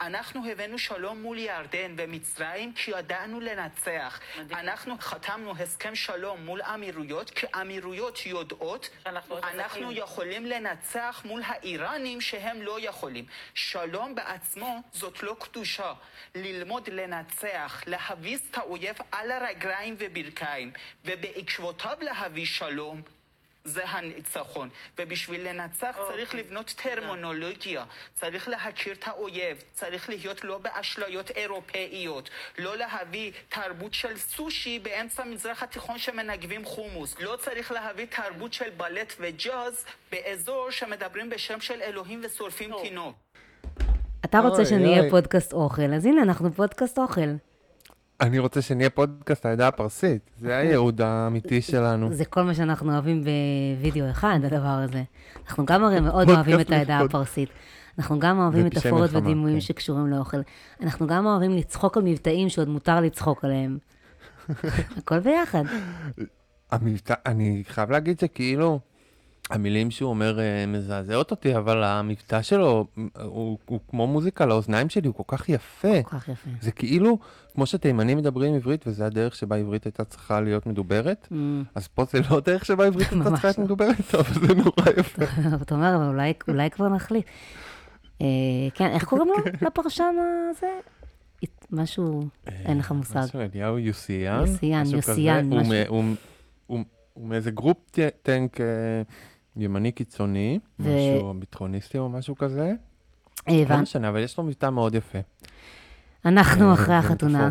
אנחנו הבאנו שלום מול ירדן ומצרים כי ידענו לנצח. אנחנו חתמנו הסכם שלום מול אמירויות, כי אמירויות יודעות אנחנו יכולים לנצח מול האיראנים שהם לא יכולים. שלום בעצמו זאת לא קדושה. ללמוד לנצח, להביס את האויב על הרגליים וברכיים, ובעקבותיו להביא שלום. זה הניצחון. ובשביל לנצח צריך לבנות טרמינולוגיה, צריך להכיר את האויב, צריך להיות לא באשליות אירופאיות, לא להביא תרבות של סושי באמצע מזרח התיכון שמנגבים חומוס, לא צריך להביא תרבות של בלט וג'אז באזור שמדברים בשם של אלוהים ושורפים תינוק. אתה רוצה שנהיה פודקאסט אוכל, אז הנה אנחנו פודקאסט אוכל. אני רוצה שנהיה פודקאסט העדה הפרסית. זה הייעוד האמיתי שלנו. זה כל מה שאנחנו אוהבים בווידאו אחד, הדבר הזה. אנחנו גם הרי מאוד אוהבים את העדה הפרסית. אנחנו גם אוהבים מטאפורות ודימויים שקשורים לאוכל. אנחנו גם אוהבים לצחוק על מבטאים שעוד מותר לצחוק עליהם. הכל ביחד. אני חייב להגיד שכאילו, המילים שהוא אומר מזעזעות אותי, אבל המבטא שלו הוא כמו מוזיקה לאוזניים שלי, הוא כל כך יפה. כל כך יפה. זה כאילו, כמו שתימנים מדברים עברית, וזה הדרך שבה עברית הייתה צריכה להיות מדוברת, אז פה זה לא הדרך שבה עברית הייתה צריכה להיות מדוברת, אבל זה נורא יפה. אתה אומר, אבל אולי כבר נחליט. כן, איך קוראים לו לפרשן הזה? משהו, אין לך מושג. משהו, אליהו יוסיאן. יוסיאן, משהו. הוא מאיזה גרופ טנק ימני קיצוני, משהו ביטחוניסטי או משהו כזה. לא משנה, אבל יש לו מבטא מאוד יפה. אנחנו אחרי החתונה.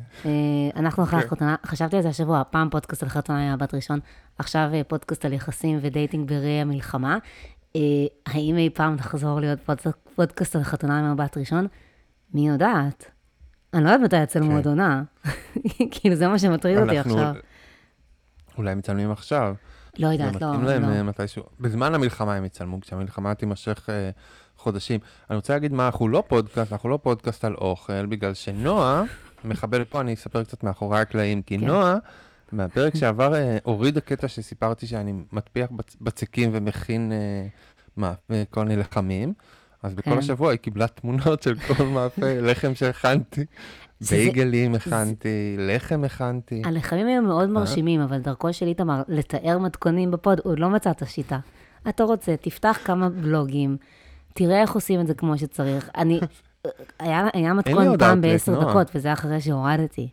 חשבתי על זה השבוע, פעם פודקאסט על חתונה היה בת ראשון, עכשיו פודקאסט על יחסים ודייטינג בראי המלחמה. האם אי פעם נחזור להיות פודקאסט על חתונה עם בת ראשון? מי יודעת? אני לא יודעת מתי יצלמו עוד עונה. כאילו זה מה שמטריד אותי עכשיו. אולי הם מצלמים עכשיו. לא יודעת, לא. זה מתאים להם מתישהו. בזמן המלחמה הם יצלמו, כשהמלחמה תימשך חודשים. אני רוצה להגיד מה, אנחנו לא פודקאסט על אוכל, בגלל שנועה, מחבל פה, אני אספר קצת מאחורי הקלעים, כי נועה, מהפרק שעבר, הוריד הקטע שסיפרתי שאני מטפיח בצקים ומכין כל מיני לחמים, אז בכל השבוע היא קיבלה תמונות של כל מאפה, לחם שהכנתי. בייגלים הכנתי, לחם הכנתי. הלחמים היו מאוד מרשימים, אבל דרכו של איתמר לתאר מתכונים בפוד, הוא לא מצא את השיטה. אתה רוצה, תפתח כמה בלוגים, תראה איך עושים את זה כמו שצריך. היה מתכון פעם ב10 דקות, וזה אחרי שהורדתי.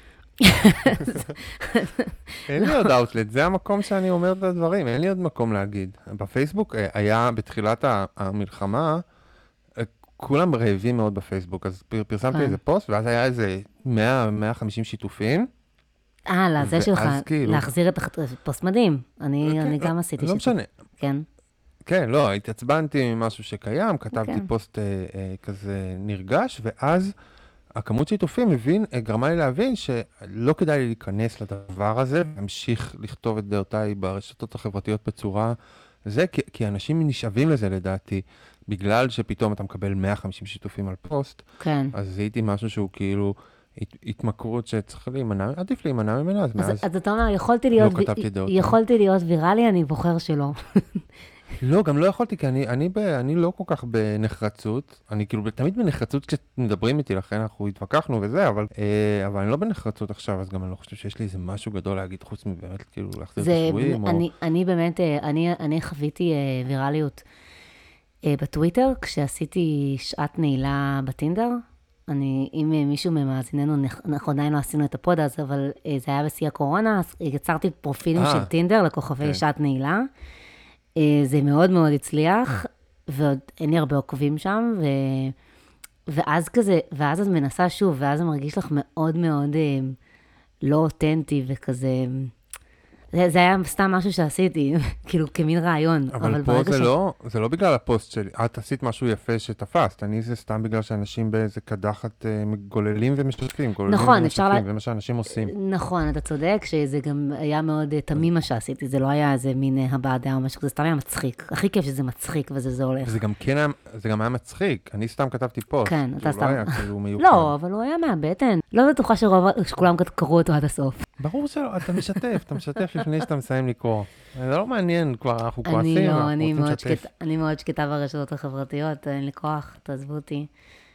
אין לי עוד אאוטלט, זה המקום שאני אומר את הדברים, אין לי עוד מקום להגיד. בפייסבוק היה בתחילת המלחמה, כולם רעבים מאוד בפייסבוק, אז פרסמתי איזה פוסט, ואז היה איזה 100-150 שיתופים. לזה שלך, להחזיר את הפוסט מדהים. אני גם עשיתי שיתוף. לא משנה. כן. כן, לא, התעצבנתי ממשהו שקיים, כתבתי פוסט כזה נרגש, ואז הכמות שיתופים גרמה לי להבין שלא כדאי לי להיכנס לדבר הזה, להמשיך לכתוב את דעותיי ברשתות החברתיות בצורה זה, כי אנשים נשאבים לזה לדעתי, בגלל שפתאום אתה מקבל 150 שיתופים על פוסט, כן. אז זיהיתי משהו שהוא כאילו התמכרות שצריך להימנע, עדיף להימנע ממנה, אז מאז אז אתה אומר, יכולתי להיות ויראלי, אני בוחר שלא. לא, גם לא יכולתי, כי אני לא כל כך בנחרצות, אני כאילו תמיד בנחרצות כשמדברים איתי, לכן אנחנו התווכחנו וזה, אבל אני לא בנחרצות עכשיו, אז גם אני לא חושב שיש לי איזה משהו גדול להגיד, חוץ מבאמת כאילו להחזיר את השבועים. אני באמת, אני חוויתי ויראליות בטוויטר, כשעשיתי שעת נעילה בטינדר, אם מישהו ממאזיננו, אנחנו עדיין לא עשינו את הפוד הזה, אבל זה היה בשיא הקורונה, אז יצרתי פרופילים של טינדר לכוכבי שעת נעילה, זה מאוד מאוד הצליח, ועוד אין לי הרבה עוקבים שם, ואז את מנסה שוב, ואז זה מרגיש לך מאוד מאוד לא אותנטי וכזה, זה היה סתם משהו שעשיתי, כאילו כמין רעיון. אבל פה זה לא בגלל הפוסט שלי, את עשית משהו יפה שתפסת, אני זה סתם בגלל שאנשים באיזה קדחת גוללים ומשתפים, נכון, אפשר זה מה שאנשים עושים. נכון, אתה צודק שזה גם היה מאוד תמים מה שעשיתי, זה לא היה איזה מין הבעת דעה או משהו, זה סתם היה מצחיק, הכי כיף שזה מצחיק וזה הולך. זה גם היה מצחיק, אני סתם כתבתי פוסט, כן, אתה סתם. לא היה כאילו מיוחד. לא, אבל הוא היה מהבטן, לא בטוחה שכולם קראו אותו עד הסוף. ברור שלא, אתה משתף לפני שאתה מסיים לקרוא. זה לא מעניין, כבר אנחנו כועסים, אני מאוד שקטה ברשתות החברתיות, אין לי כוח, תעזבו אותי.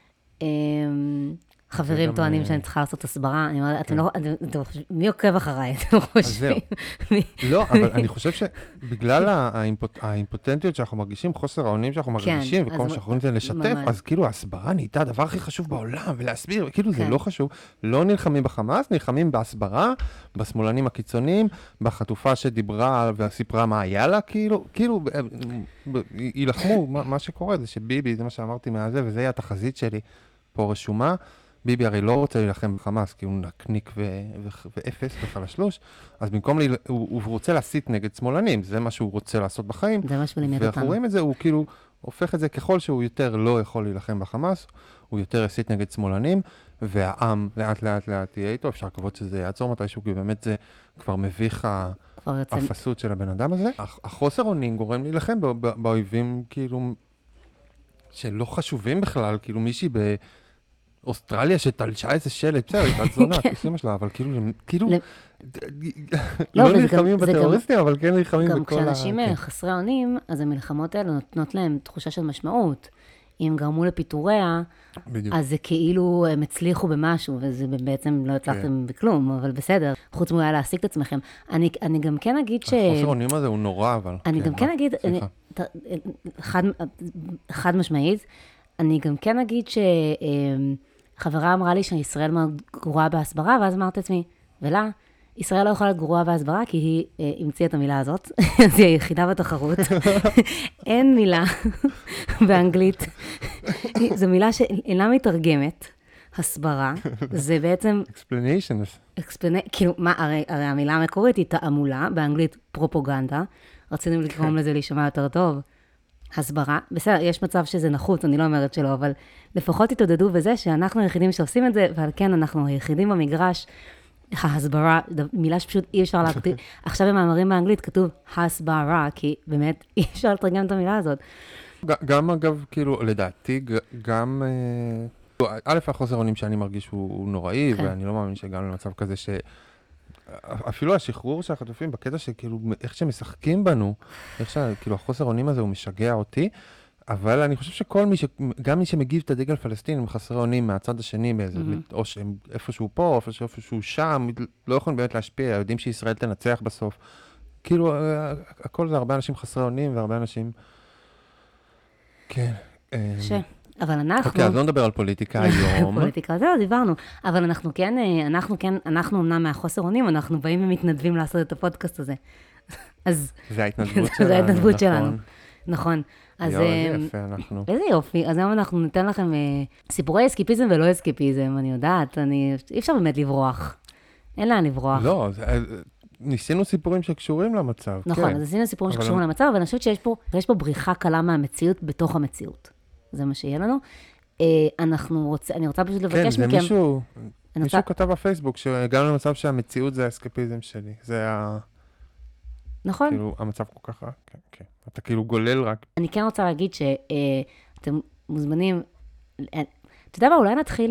חברים וגם, טוענים שאני צריכה לעשות הסברה, אני אומרת, אתם לא, מי עוקב אחריי? אתם חושבים? לא, אבל אני חושב שבגלל האימפוטנטיות שאנחנו מרגישים, חוסר האונים שאנחנו מרגישים, וכל מה שאנחנו יכולים לשתף, אז כאילו ההסברה נהייתה הדבר הכי חשוב בעולם, ולהסביר, כאילו זה לא חשוב. לא נלחמים בחמאס, נלחמים בהסברה, בשמאלנים הקיצוניים, בחטופה שדיברה וסיפרה מה היה לה, כאילו, ילחמו, מה שקורה זה שביבי, זה מה שאמרתי מהזה, וזה היה התחזית שלי פה רשומה, ביבי הרי לא רוצה להילחם בחמאס, כי הוא נקניק ואפס וחלשלוש, אז במקום, הוא רוצה להסית נגד שמאלנים, זה מה שהוא רוצה לעשות בחיים, זה מה שהוא לימד אותנו. ואנחנו רואים את זה, הוא כאילו הופך את זה ככל שהוא יותר לא יכול להילחם בחמאס, הוא יותר יסית נגד שמאלנים, והעם לאט תהיה איתו, אפשר לקוות שזה יעצור מתישהו, כי באמת זה כבר מביך האפסות של הבן אדם הזה. החוסר אונים גורם להילחם באויבים כאילו, שלא חשובים בכלל, כאילו מישהי אוסטרליה שתלשה איזה שלט, בסדר, היא תזונה, כסימה שלה, אבל כאילו, לא נלחמים בטרוריסטים, אבל כן נלחמים בכל גם כשאנשים חסרי אונים, אז המלחמות האלה נותנות להם תחושה של משמעות. אם גרמו לפיטוריה, אז זה כאילו הם הצליחו במשהו, וזה בעצם לא הצלחתם בכלום, אבל בסדר. חוץ מזה להשיג את עצמכם. אני גם כן אגיד החוסר אונים הזה הוא נורא, אבל... אני גם כן אגיד, חד משמעית, אני גם כן אגיד חברה אמרה לי שישראל מאוד גרועה בהסברה, ואז אמרתי לעצמי, ולה, ישראל לא יכולה להיות גרועה בהסברה, כי היא המציאה את המילה הזאת, אז היא היחידה בתחרות. אין מילה באנגלית. זו מילה שאינה מתרגמת, הסברה, זה בעצם... explanations. כאילו, מה, הרי המילה המקורית היא תעמולה, באנגלית פרופוגנדה, רצינו לקרום לזה להישמע יותר טוב. הסברה, בסדר, יש מצב שזה נחוץ, אני לא אומרת שלא, אבל לפחות תתעודדו בזה שאנחנו היחידים שעושים את זה, ועל כן אנחנו היחידים במגרש, ההסברה, מילה שפשוט אי אפשר להכתיב, עכשיו במאמרים באנגלית כתוב הסברה, כי באמת אי אפשר לתרגם את המילה הזאת. גם אגב, כאילו, לדעתי, גם, א', החוסר אונים שאני מרגיש הוא נוראי, ואני לא מאמין שהגענו למצב כזה אפילו השחרור של החטופים בקטע שכאילו, איך שמשחקים בנו, איך שכאילו החוסר אונים הזה הוא משגע אותי, אבל אני חושב שכל מי גם מי שמגיב את הדגל פלסטין הם חסרי אונים מהצד השני באיזה, או שהם איפשהו פה, או איפשהו שם, לא יכולים באמת להשפיע, יודעים שישראל תנצח בסוף. כאילו, הכל זה הרבה אנשים חסרי אונים והרבה אנשים... כן. אבל אנחנו... אוקיי, אז לא נדבר על פוליטיקה היום. פוליטיקה, זהו, דיברנו. אבל אנחנו אמנם מהחוסר אונים, אנחנו באים ומתנדבים לעשות את הפודקאסט הזה. אז... זה ההתנדבות שלנו. זה ההתנדבות שלנו. נכון. אז... איזה יפה אנחנו. איזה יופי. אז היום אנחנו ניתן לכם סיפורי אסקיפיזם ולא אסקיפיזם, אני יודעת. אי אפשר באמת לברוח. אין לאן לברוח. לא, ניסינו סיפורים שקשורים למצב. נכון, אז ניסינו סיפורים שקשורים למצב, אבל אני חושבת שיש פה בריחה קלה מהמציאות בתוך המציאות. זה מה שיהיה לנו. אני רוצה פשוט לבקש מכם... כן, זה מישהו כתב בפייסבוק, שהגענו למצב שהמציאות זה האסקפיזם שלי. זה נכון. כאילו, המצב כל כך רע. כן, כן. אתה כאילו גולל רק. אני כן רוצה להגיד שאתם מוזמנים... אתה יודע מה, אולי נתחיל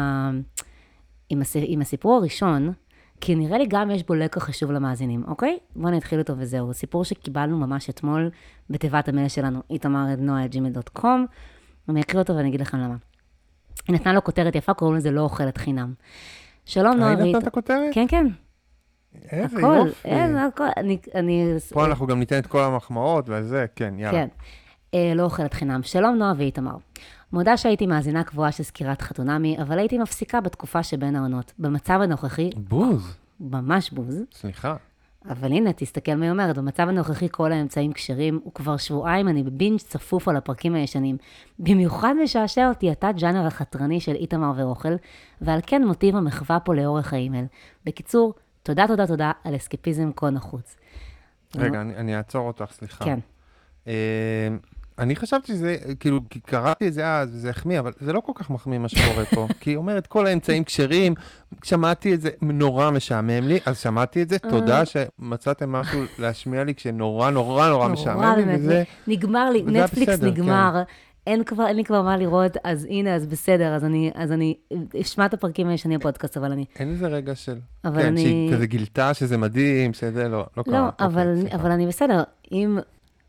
עם הסיפור הראשון, כי נראה לי גם יש בו לקח חשוב למאזינים, אוקיי? בואו נתחיל אותו וזהו. סיפור שקיבלנו ממש אתמול בתיבת המייל שלנו, itamar@noa@gmail.com. אני אקריא אותו ואני אגיד לכם למה. היא נתנה לו כותרת יפה, קוראים לזה לא אוכלת חינם. שלום נועה. היא נתנה את הכותרת? כן, כן. איזה יופי. הכל, פה אנחנו גם ניתן את כל המחמאות וזה, כן, יאללה. כן, לא אוכלת חינם. שלום נועה ואיתמר. מודה שהייתי מאזינה קבועה של סקירת חתונמי, אבל הייתי מפסיקה בתקופה שבין העונות. במצב הנוכחי... בוז. ממש בוז. סליחה. אבל הנה, תסתכל מה היא אומרת, במצב הנוכחי כל האמצעים כשרים, וכבר שבועיים אני בבינג' צפוף על הפרקים הישנים. במיוחד משעשע אותי התת ג'אנר החתרני של איתמר ואוכל, ועל כן מוטיב המחווה פה לאורך האימייל. בקיצור, תודה על אסקפיזם כה נחוץ. רגע, אני אעצור אותך, סליחה. כן. אני חשבתי שזה, כאילו, כי קראתי את זה אז, וזה החמיא, אבל זה לא כל כך מחמיא מה שקורה פה. כי היא אומרת, כל האמצעים כשרים, שמעתי את זה, נורא משעמם לי, אז שמעתי את זה, תודה שמצאתם משהו להשמיע לי, כשנורא משעמם לי, וזה... נגמר לי, נטפליקס נגמר, אין לי כבר מה לראות, אז הנה, אז בסדר, אז אני אשמע את הפרקים הישנים הפודקאסט, אבל אני... אין איזה רגע של... כן, שהיא כזה גילתה שזה מדהים, שזה לא קרה. לא, אבל אני בסדר, אם...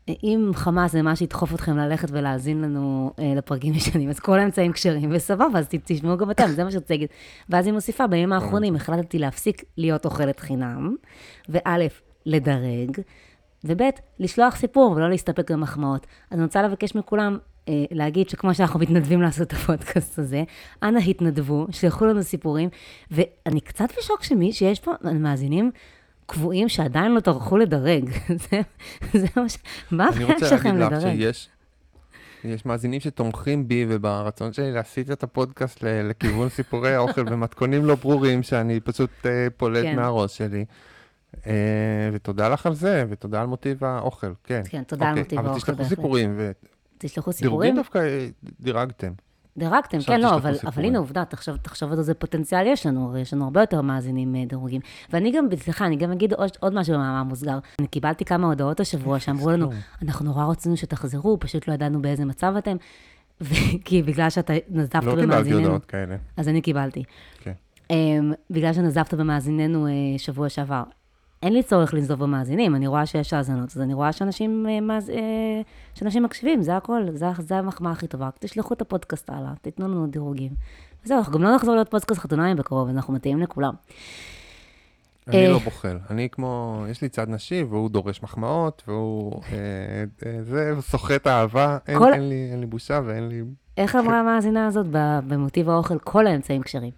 אם חמאס זה מה שידחוף אתכם ללכת ולהאזין לנו לפרקים ישנים, אז כל האמצעים כשרים, וסבבה, אז תשמעו גם אתם, זה מה שרציתי להגיד. ואז היא מוסיפה, בימים האחרונים החלטתי להפסיק להיות אוכלת חינם, וא', לדרג, וב', לשלוח סיפור ולא להסתפק במחמאות. אז אני רוצה לבקש מכולם להגיד שכמו שאנחנו מתנדבים לעשות את הפודקאסט הזה, אנא התנדבו, שלחו לנו סיפורים, ואני קצת בשוק שיש פה מאזינים קבועים שעדיין לא טרחו לדרג. זה מה הבעיה שלכם לדרג? אני רוצה להגיד לך שיש מאזינים שתומכים בי וברצון שלי להסיט את הפודקאסט לכיוון סיפורי האוכל ומתכונים לא ברורים שאני פשוט פולט מהראש שלי. ותודה לך על זה, ותודה על מוטיב האוכל, כן. כן, תודה על מוטיב האוכל. אבל תשלחו סיפורים. תשלחו סיפורים? דירוגים דווקא דירגתם. דירגתם, כן, לא, אבל הנה עובדה, תחשוב איזה פוטנציאל יש לנו, יש לנו הרבה יותר מאזינים דירוגים. ואני גם, סליחה, אני גם אגיד עוד משהו במאמר מוסגר. אני קיבלתי כמה הודעות השבוע שאמרו לנו, אנחנו נורא רצינו שתחזרו, פשוט לא ידענו באיזה מצב אתם, כי בגלל שאתה נזפת במאזיננו. לא קיבלתי הודעות כאלה. אז אני קיבלתי. בגלל שנזפת במאזיננו שבוע שעבר. אין לי צורך לנזוף במאזינים, אני רואה שיש האזנות, אז אני רואה שאנשים מקשיבים, זה הכל, זה המחמאה הכי טובה. תשלחו את הפודקאסט הלאה, תיתנו לנו דירוגים. וזהו, אנחנו גם לא נחזור להיות פודקאסט חתונאים בקרוב, אנחנו מתאים לכולם. אני לא בוחל, יש לי צד נשי, והוא דורש מחמאות, והוא סוחט אהבה, אין לי בושה ואין לי... איך אמרה המאזינה הזאת במוטיב האוכל, כל האמצעים כשרים.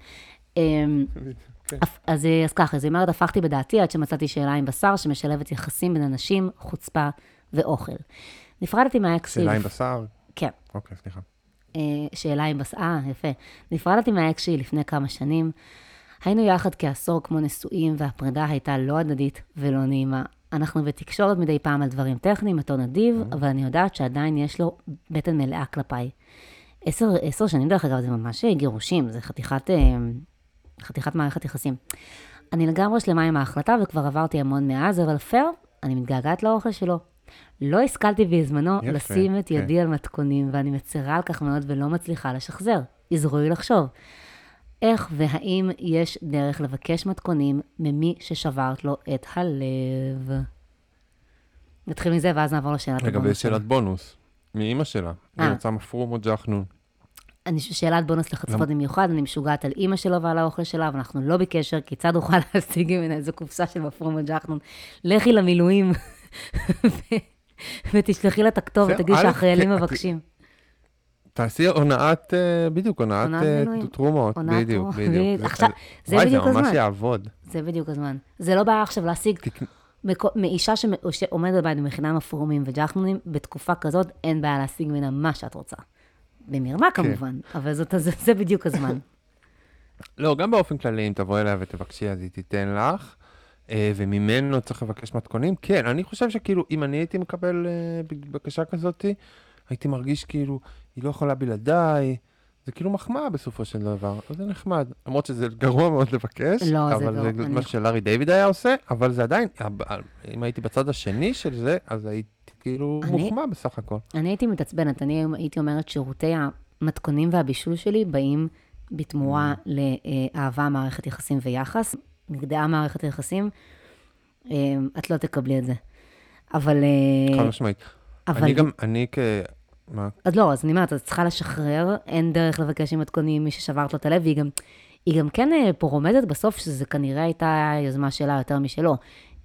אז ככה, אז היא אומרת, הפכתי בדעתי עד שמצאתי שאלה עם בשר שמשלבת יחסים בין אנשים, חוצפה ואוכל. נפרדתי מהאקס שלי... שאלה עם בשר? כן. אוקיי, סליחה. שאלה עם בשר, יפה. נפרדתי מהאקס שלי לפני כמה שנים. היינו יחד כעשור כמו נשואים, והפרידה הייתה לא הדדית ולא נעימה. אנחנו בתקשורת מדי פעם על דברים טכניים, אותו נדיב, אבל אני יודעת שעדיין יש לו בטן מלאה כלפיי. 10 שנים דרך אגב, זה ממש גירושים, זה חתיכת מערכת יחסים. אני לגמרי שלמה עם ההחלטה, וכבר עברתי המון מאז, אבל פייר, אני מתגעגעת לאוכל שלו. לא השכלתי בזמנו לשים את ידי על מתכונים, ואני מצרה על כך מאוד ולא מצליחה לשחזר. עזרו לי לחשוב. איך והאם יש דרך לבקש מתכונים ממי ששברת לו את הלב? נתחיל מזה, ואז נעבור לשאלת הבונוס. לגבי שאלת בונוס, מאמא שלה. היא רוצה מפרום או ג'חנון. שאלת בונוס לחצפות במיוחד, אני משוגעת על אימא שלו ועל האוכל שלה, ואנחנו לא בקשר, כיצד אוכל להשיג ממנה איזו קופסה של מפרום וג'חנון. לכי למילואים, ותשלחי לה את הכתוב, ותגיד שהחיילים מבקשים. תעשי עונת, בדיוק, עונת תרומות, בדיוק. זה בדיוק הזמן. זה ממש יעבוד. זה בדיוק הזמן. זה לא בעיה עכשיו להשיג מאישה שעומדת בבית ומכינה מפרומים וג'חנונים, בתקופה כזאת אין בעיה להשיג ממנה מה שאת רוצה. במרמה כמובן, אבל זה בדיוק הזמן. לא, גם באופן כללי, אם תבואי אליה ותבקשי, אז היא תיתן לך, וממנו צריך לבקש מתכונים. כן, אני חושב שכאילו, אם אני הייתי מקבל בקשה כזאת, הייתי מרגיש כאילו, היא לא יכולה בלעדיי, זה כאילו מחמאה בסופו של דבר, אז זה נחמד. למרות שזה גרוע מאוד לבקש, אבל זה מה שלארי דיוויד היה עושה, אבל זה עדיין, אם הייתי בצד השני של זה, אז הייתי כאילו מוחמא בסך הכל. אני הייתי מתעצבנת, אני הייתי אומרת שירותי המתכונים והבישול שלי באים בתמורה לאהבה, מערכת יחסים ויחס. נגדעה מערכת יחסים, את לא תקבלי את זה. אבל... חד משמעית. אני מה? אז לא, אז אני אומרת, את צריכה לשחרר, אין דרך לבקש עם מתכונים מי ששברת לו את הלב, והיא גם כן פה רומזת בסוף שזה כנראה הייתה יוזמה שלה יותר משלו.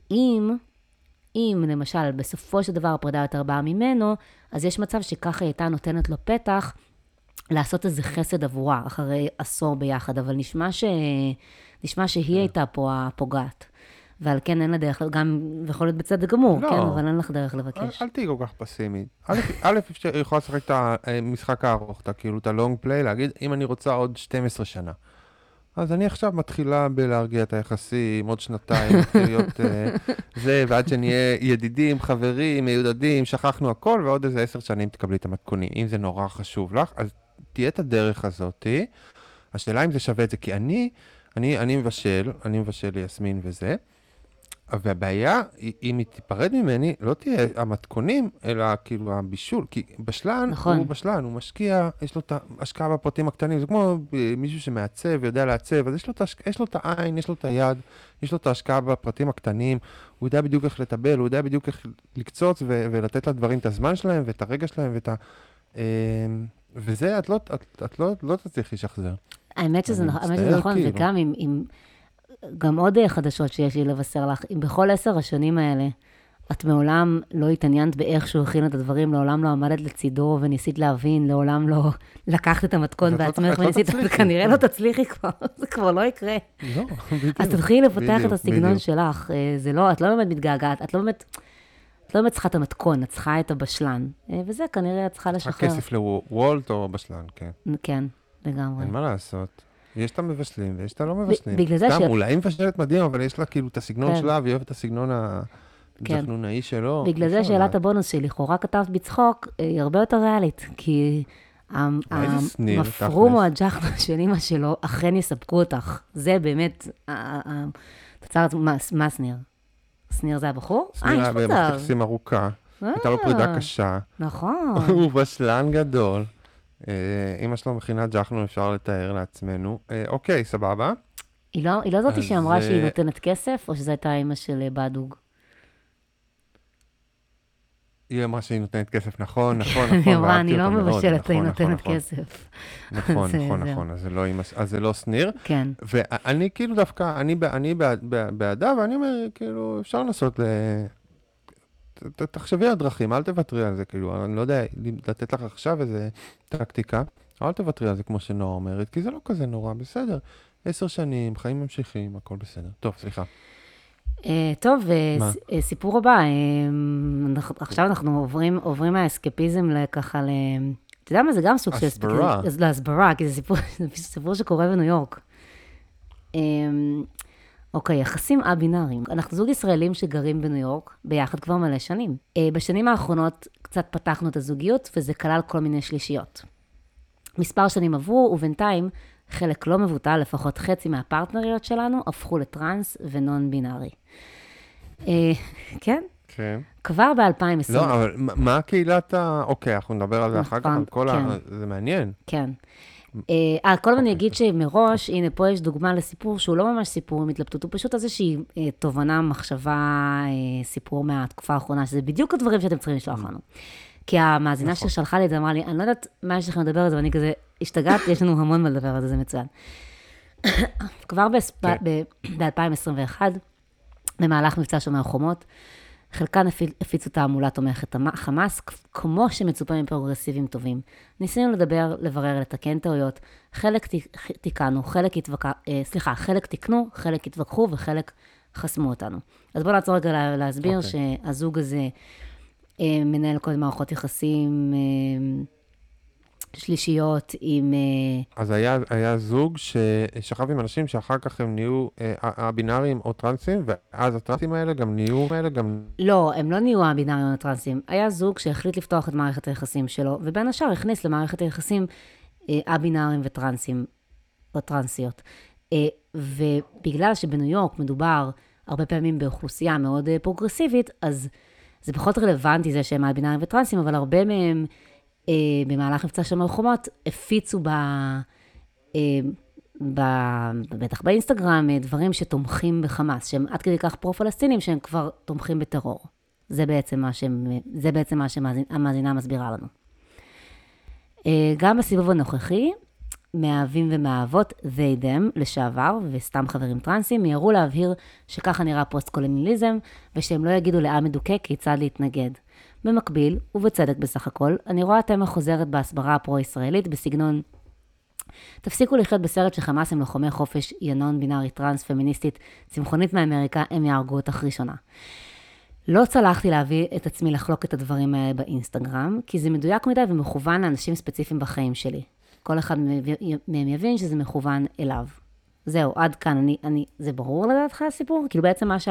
אם למשל בסופו של דבר הפרידה יותר באה ממנו, אז יש מצב שככה היא הייתה נותנת לו פתח לעשות איזה חסד עבורה אחרי עשור ביחד, אבל נשמע שהיא הייתה פה הפוגעת. ועל כן אין לה דרך, גם יכול להיות בצד גמור, כן, אבל אין לך דרך לבקש. אל תהי כל כך פסימית. א', היא יכולה לשחק את המשחק הארוך, את הלונג פליי, להגיד, אם אני רוצה עוד 12 שנה. אז אני עכשיו מתחילה בלהרגיע את היחסים, עוד שנתיים, להיות זה, ועד שנהיה ידידים, חברים, מיודדים, שכחנו הכל, ועוד איזה 10 שנים תקבלי את המתכונים. אם זה נורא חשוב לך, אז תהיה את הדרך הזאת. השאלה אם זה שווה את זה, כי אני מבשל ליסמין וזה, והבעיה, אם היא תיפרד ממני, לא תהיה המתכונים, אלא כאילו הבישול, כי בשלן, נכון. הוא בשלן, הוא משקיע, יש לו את ההשקעה בפרטים הקטנים, זה כמו מישהו שמעצב, יודע לעצב, אז יש לו את העין, יש לו את היד, יש לו את ההשקעה בפרטים הקטנים, הוא יודע בדיוק איך לטבל, הוא יודע בדיוק איך לקצוץ ולתת לדברים את הזמן שלהם ואת הרגע שלהם וזה, את לא תצליח לשחזר. האמת שזה נכון, וגם גם עוד חדשות שיש לי לבשר לך, אם בכל 10 השנים האלה, את מעולם לא התעניינת באיך שהוא הכין את הדברים, לעולם לא עמדת לצידו וניסית להבין, לעולם לא לקחת את המתכון בעצמך וניסית, כנראה לא תצליחי כבר, זה כבר לא יקרה. לא, בדיוק. אז תתחילי לפתח את הסגנון שלך, את לא באמת מתגעגעת, את לא באמת צריכה את המתכון, את צריכה את הבשלן, וזה כנראה את צריכה לשחרר. הכסף לוולט או בשלן, כן. כן, לגמרי. אין מה לעשות. יש את המבשלים ויש את הלא מבשלים. בגלל זה סתם, אולי היא מבשלת מדהים, אבל יש לה כאילו את הסגנון שלה, והיא אוהבת את הסגנון הג'חנונאי שלו. בגלל זה שאלת הבונוס שלי, לכאורה כתבת בצחוק, היא הרבה יותר ריאלית, כי המפרום או הג'חנון של אמא שלו אכן יספקו אותך. זה באמת, תצרת, מה שניר? שניר זה הבחור? שניר היה במערכת יחסים ארוכה, הייתה לו פרידה קשה. נכון. הוא בשלן גדול. אמא שלו מכינה ג'חנון, אפשר לתאר לעצמנו. אוקיי, סבבה. היא לא זאתי שאמרה שהיא נותנת כסף, או שזו הייתה אמא של בדוג? היא אמרה שהיא נותנת כסף, נכון. היא אמרה, אני לא מבשלת, היא נותנת כסף. נכון, אז זה לא שניר. כן. ואני כאילו דווקא, אני בעדה, ואני אומר, כאילו, אפשר לנסות תחשבי על דרכים, אל תוותרי על זה, כאילו, אני לא יודע, לתת לך עכשיו איזה טקטיקה, אל תוותרי על זה כמו שנועה אומרת, כי זה לא כזה נורא, בסדר. 10 שנים, חיים ממשיכים, הכל בסדר. טוב, סליחה. טוב, סיפור הבא, עכשיו אנחנו עוברים מהאסקפיזם לככה אתה יודע מה, זה גם סוג של הסברה. להסברה, כי זה סיפור שקורה בניו יורק. אוקיי, יחסים א-בינאריים. אנחנו זוג ישראלים שגרים בניו יורק ביחד כבר מלא שנים. בשנים האחרונות קצת פתחנו את הזוגיות, וזה כלל כל מיני שלישיות. מספר שנים עברו, ובינתיים חלק לא מבוטל, לפחות חצי מהפרטנריות שלנו, הפכו לטרנס ונון בינארי. כן? כן. כבר ב-2020. לא, אבל מה קהילת אוקיי, אנחנו נדבר על זה אחר כך, על כל זה מעניין. כן. כל הזמן אני אגיד שמראש, הנה פה יש דוגמה לסיפור שהוא לא ממש סיפור עם התלבטות, הוא פשוט איזושהי תובנה, מחשבה, סיפור מהתקופה האחרונה, שזה בדיוק הדברים שאתם צריכים לשלוח לנו. כי המאזינה ששלחה לי את זה אמרה לי, אני לא יודעת מה יש לכם לדבר על זה, ואני כזה השתגעת, יש לנו המון מה לדבר על זה, זה מצוין. כבר ב-2021, במהלך מבצע שומר חומות, חלקן הפיצו תעמולה תומכת חמאס, כמו שמצופה מפרוגרסיבים טובים. ניסינו לדבר, לברר, לתקן טעויות. חלק תיקנו, חלק תיקנו, חלק התווכחו וחלק חסמו אותנו. אז בואו נעצור רגע להסביר שהזוג הזה מנהל כל מערכות יחסים שלישיות עם... אז היה זוג ששכב עם אנשים שאחר כך הם נהיו הבינאריים או טרנסים, ואז הטרנסים האלה גם נהיו... לא, הם לא נהיו הבינאריים או טרנסים. היה זוג שהחליט לפתוח את מערכת היחסים שלו, ובין השאר הכניס למערכת היחסים הבינאריים וטרנסים או טרנסיות. ובגלל שבניו יורק מדובר הרבה פעמים באוכלוסייה מאוד פרוגרסיבית, אז זה פחות רלוונטי זה שהם הבינאריים וטרנסים, אבל הרבה מהם... במהלך מבצע שומר חומות, הפיצו בטח באינסטגרם, דברים שתומכים בחמאס, שהם עד כדי כך פרו-פלסטינים, שהם כבר תומכים בטרור. זה בעצם מה שהמאזינה מסבירה לנו. גם בסיבוב הנוכחי, מאהבים ומאהבות, they them, לשעבר, וסתם חברים טרנסים, יראו להבהיר שככה נראה פוסט-קולוניאליזם, ושהם לא יגידו לעם מדוכא כיצד להתנגד. במקביל, ובצדק בסך הכל, אני רואה תמה חוזרת בהסברה הפרו-ישראלית בסגנון, תפסיקו לחיות בסרט שחמאס הם לוחמי חופש, ינון בינארי טרנס, פמיניסטית, צמחונית מאמריקה, הם יהרגו אותך ראשונה. לא צלחתי להביא את עצמי לחלוק את הדברים האלה באינסטגרם, כי זה מדויק מדי ומכוון לאנשים ספציפיים בחיים שלי. כל אחד מהם יבין שזה מכוון אליו. זהו, עד כאן, זה ברור לדעתך הסיפור? כאילו בעצם מה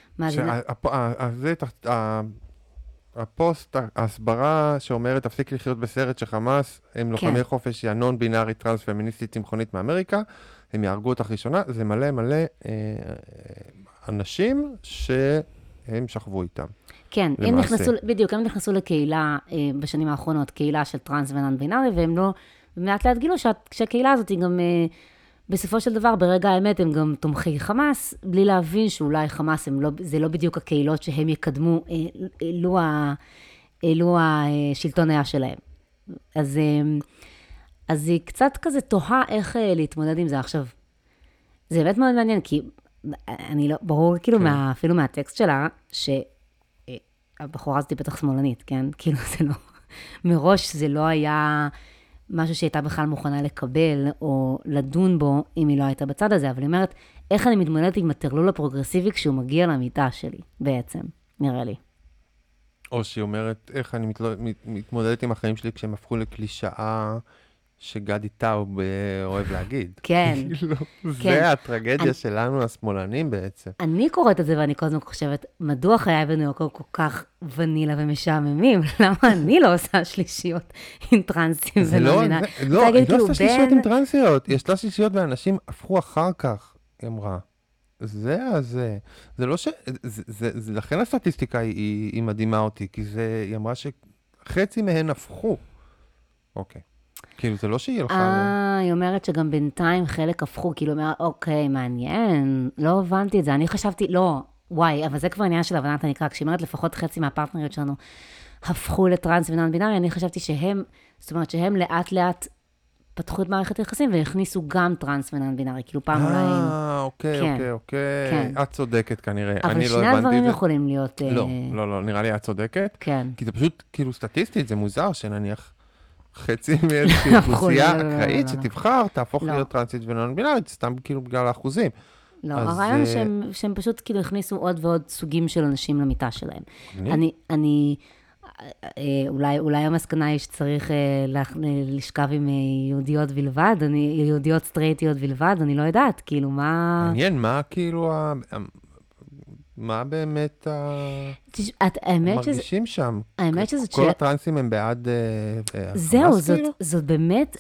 הפוסט, ההסברה שאומרת, תפסיק לחיות בסרט שחמאס, הם לוחמי חופש, ינון בינארי טרנס פמיניסטית צמחונית מאמריקה, הם יהרגו אותך ראשונה, זה מלא מלא אנשים שהם שכבו איתם. כן, הם נכנסו, בדיוק, הם נכנסו לקהילה בשנים האחרונות, קהילה של טרנס ונון בינארי, והם לא, מעט לאט גילו שהקהילה הזאת היא גם, בסופו של דבר, ברגע האמת, הם גם תומכי חמאס, בלי להבין שאולי חמאס זה לא בדיוק הקהילות שהם יקדמו, אלו השלטון היה שלהם. אז היא קצת כזה תוהה איך להתמודד עם זה עכשיו. זה באמת מאוד מעניין, כי אני לא, ברור כאילו אפילו מהטקסט שלה, שהבחורה הזאת היא בטח שמאלנית, כן? כאילו זה לא, מראש זה לא היה משהו שהייתה בכלל מוכנה לקבל, או לדון בו, אם היא לא הייתה בצד הזה, אבל היא אומרת, איך אני מתמודדת עם הטרלול הפרוגרסיבי, כשהוא מגיע למיטה שלי, בעצם, נראה לי. או שהיא אומרת, איך אני מתמודדת עם החיים שלי, כשהם הפכו לקלישאה, שגדי טאוב אוהב להגיד. כן. זה הטרגדיה שלנו, השמאלנים בעצם. אני קוראת את זה ואני כל הזמן חושבת, מדוע חיי בניו יורק כל כך ונילה ומשעממים? למה אני לא עושה שלישיות עם טרנסים? לא, היא לא עושה שלישיות עם טרנסיות. יש לה שלישיות ואנשים הפכו אחר כך, היא אמרה. זה לא ש... לכן הסטטיסטיקה היא מדהימה אותי, כי היא אמרה שחצי מהן הפכו. אוקיי. כאילו, זה לא שהיא הלכה... היא אומרת שגם בינתיים חלק הפכו, כאילו, אוקיי, מעניין, לא הבנתי את זה, אני חשבתי, לא, וואי, אבל זה כבר עניין של הבנת הנקרא, כשהיא אומרת לפחות חצי מהפרטנריות שלנו הפכו לטרנס ונון בינארי, אני חשבתי שהם, זאת אומרת שהם לאט לאט פתחו את מערכת היחסים והכניסו גם טרנס ונון בינארי, כאילו פעם אולי... אוקיי, את צודקת כנראה, אבל שני הדברים יכולים להיות... לא, נראה לי את צודקת, כן. כי זה פשוט, כאילו, סטטיסטית, זה מוזר שנניח חצי מאיזושהי אוכלוסייה אקראית שתבחר, תהפוך להיות טרנסית ונון בינארית, סתם כאילו בגלל האחוזים. לא, הרעיון שהם פשוט כאילו הכניסו עוד ועוד סוגים של אנשים למיטה שלהם. אולי המסקנה היא שצריך לשכב עם יהודיות בלבד, יהודיות סטרייטיות בלבד, אני לא יודעת, כאילו מה... מעניין, מה כאילו מה באמת מרגישים שם? האמת שזאת כל הטרנסים הם בעד זהו, זאת באמת...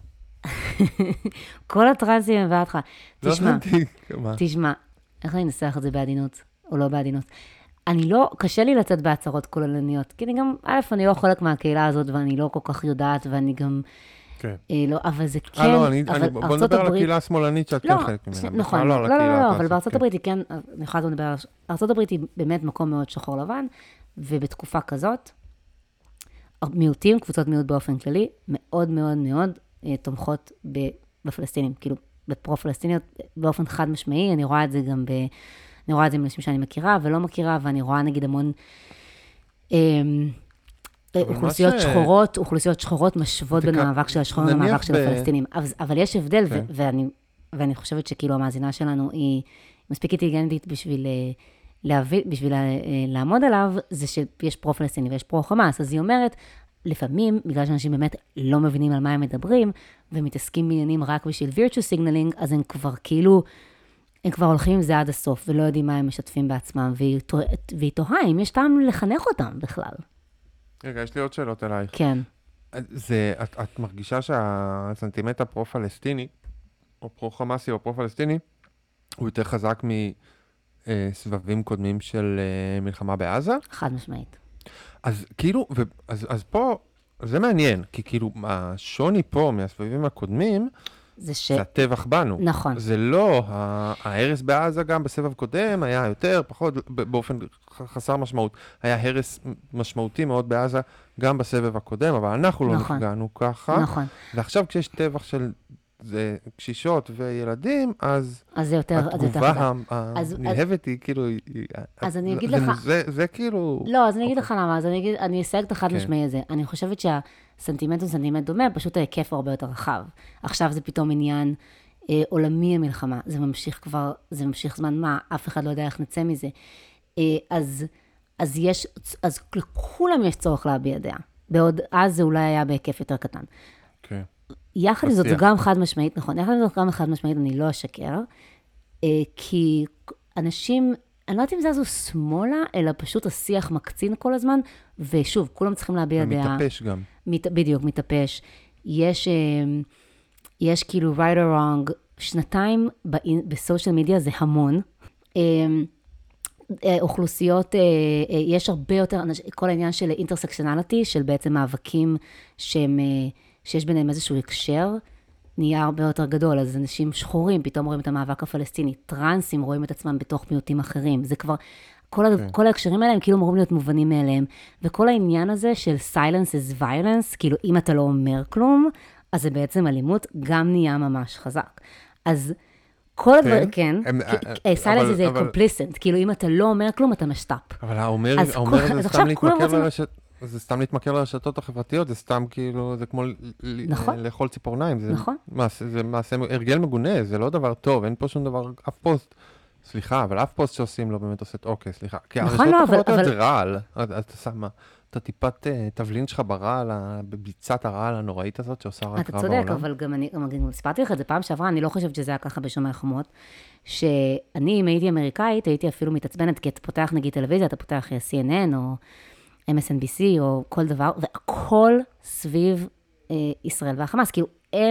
כל הטרנסים הם בעדך. תשמע, איך אני אנסח את זה בעדינות, או לא בעדינות? קשה לי לצאת בהצהרות כוללניות, כי אני גם, אני לא חלק מהקהילה הזאת, ואני לא כל כך יודעת, ואני גם... לא, אבל זה כן... בוא נדבר על הקהילה השמאלנית שאת כן חלק ממנה. נכון, לא, אבל בארצות הברית היא כן, אני יכולה לדבר על... ארצות הברית היא באמת מקום מאוד שחור לבן, ובתקופה כזאת, מיעוטים, קבוצות מיעוט באופן כללי, מאוד מאוד מאוד תומכות בפלסטינים, כאילו בפרו-פלסטיניות באופן חד משמעי, אני רואה את זה גם אני רואה את זה עם אנשים שאני מכירה ולא מכירה, ואני רואה נגיד המון... אוכלוסיות שחורות משוות בין המאבק של השחורים למאבק של הפלסטינים. אבל יש הבדל, ואני חושבת שכאילו המאזינה שלנו היא מספיק אינטליגנטית בשביל לעמוד עליו, זה שיש פרו-פלסטיני ויש פרו-חמאס. אז היא אומרת, לפעמים, בגלל שאנשים באמת לא מבינים על מה הם מדברים, ומתעסקים בעניינים רק בשביל virtue signaling, אז הם כבר כאילו, הם כבר הולכים עם זה עד הסוף, ולא יודעים מה הם משתפים בעצמם, והיא תוהה אם יש טעם לחנך אותם בכלל. רגע, יש לי עוד שאלות אלייך. כן. את מרגישה שהסנטימנט הפרו-פלסטיני, או פרו-חמאסי או פרו-פלסטיני, הוא יותר חזק מסבבים קודמים של מלחמה בעזה? חד משמעית. אז כאילו, אז פה, זה מעניין, כי כאילו, השוני פה מהסבבים הקודמים, זה הטבח בנו. נכון. זה לא, ההרס בעזה גם בסבב קודם היה יותר, פחות, באופן חסר משמעות. היה הרס משמעותי מאוד בעזה גם בסבב הקודם, אבל אנחנו לא נפגענו ככה. נכון. ועכשיו כשיש טבח של קשישות וילדים, אז זה יותר התגובה הנלהבת היא כאילו... אז אני אגיד לך... זה כאילו... לא, אז אני אגיד לך למה, אז אני אסייג את החד משמעי הזה. אני חושבת שהסנטימנט הוא סנטימנט דומה, פשוט ההיקף הרבה יותר רחב. עכשיו זה פתאום עניין עולמי המלחמה. זה ממשיך זמן מה, אף אחד לא יודע איך נצא מזה. אז לכולם יש צורך להביע דעה. בעוד אז זה אולי היה בהיקף יותר קטן. כן. יחד עם זאת, זה גם חד משמעית, נכון, יחד עם זאת גם חד משמעית, אני לא אשקר, כי אנשים, אני לא יודעת אם זה איזו שמאלה, אלא פשוט השיח מקצין כל הזמן, ושוב, כולם צריכים להביע דעה. ומתאפש גם. בדיוק, מתאפש. יש כאילו right or wrong, שנתיים בסושיאל מדיה זה המון. אוכלוסיות, יש הרבה יותר, כל העניין של אינטרסקשנליטי, של בעצם מאבקים שיש ביניהם איזשהו הקשר, נהיה הרבה יותר גדול. אז אנשים שחורים פתאום רואים את המאבק הפלסטיני, טרנסים רואים את עצמם בתוך מיעוטים אחרים. זה כבר, כל ההקשרים האלה הם כאילו אמורים להיות מובנים מאליהם. וכל העניין הזה של silence is violence, כאילו אם אתה לא אומר כלום, אז זה בעצם אלימות, גם נהיה ממש חזק. אז כל הדברים, כן, silence is a complicit, כאילו אם אתה לא אומר כלום, אתה משת"פ. אבל האומר זה סתם להתמכר לרשתות החברתיות, זה סתם כאילו, זה כמו לאכול ציפורניים, זה מעשה הרגל מגונה, זה לא דבר טוב, אין פה שום דבר, אף פוסט, סליחה, אבל אף פוסט שעושים לא באמת עושה, אוקיי, סליחה, כי הרשתות החברתיות זה רעל, אתה שם מה? אתה טיפת תבלין שלך ברעל, בביצת הרעל הנוראית הזאת שעושה רק רע בעולם. אתה צודק, אבל גם אני סיפרתי לך את זה פעם שעברה, אני לא חושבת שזה היה ככה בשומר חומות, שאני, אם הייתי אמריקאית, הייתי אפילו מתעצבנת, כי אתה פותח נגיד טלוויזיה, אתה פותח CNN או MSNBC או כל דבר, והכל סביב ישראל והחמאס, כאילו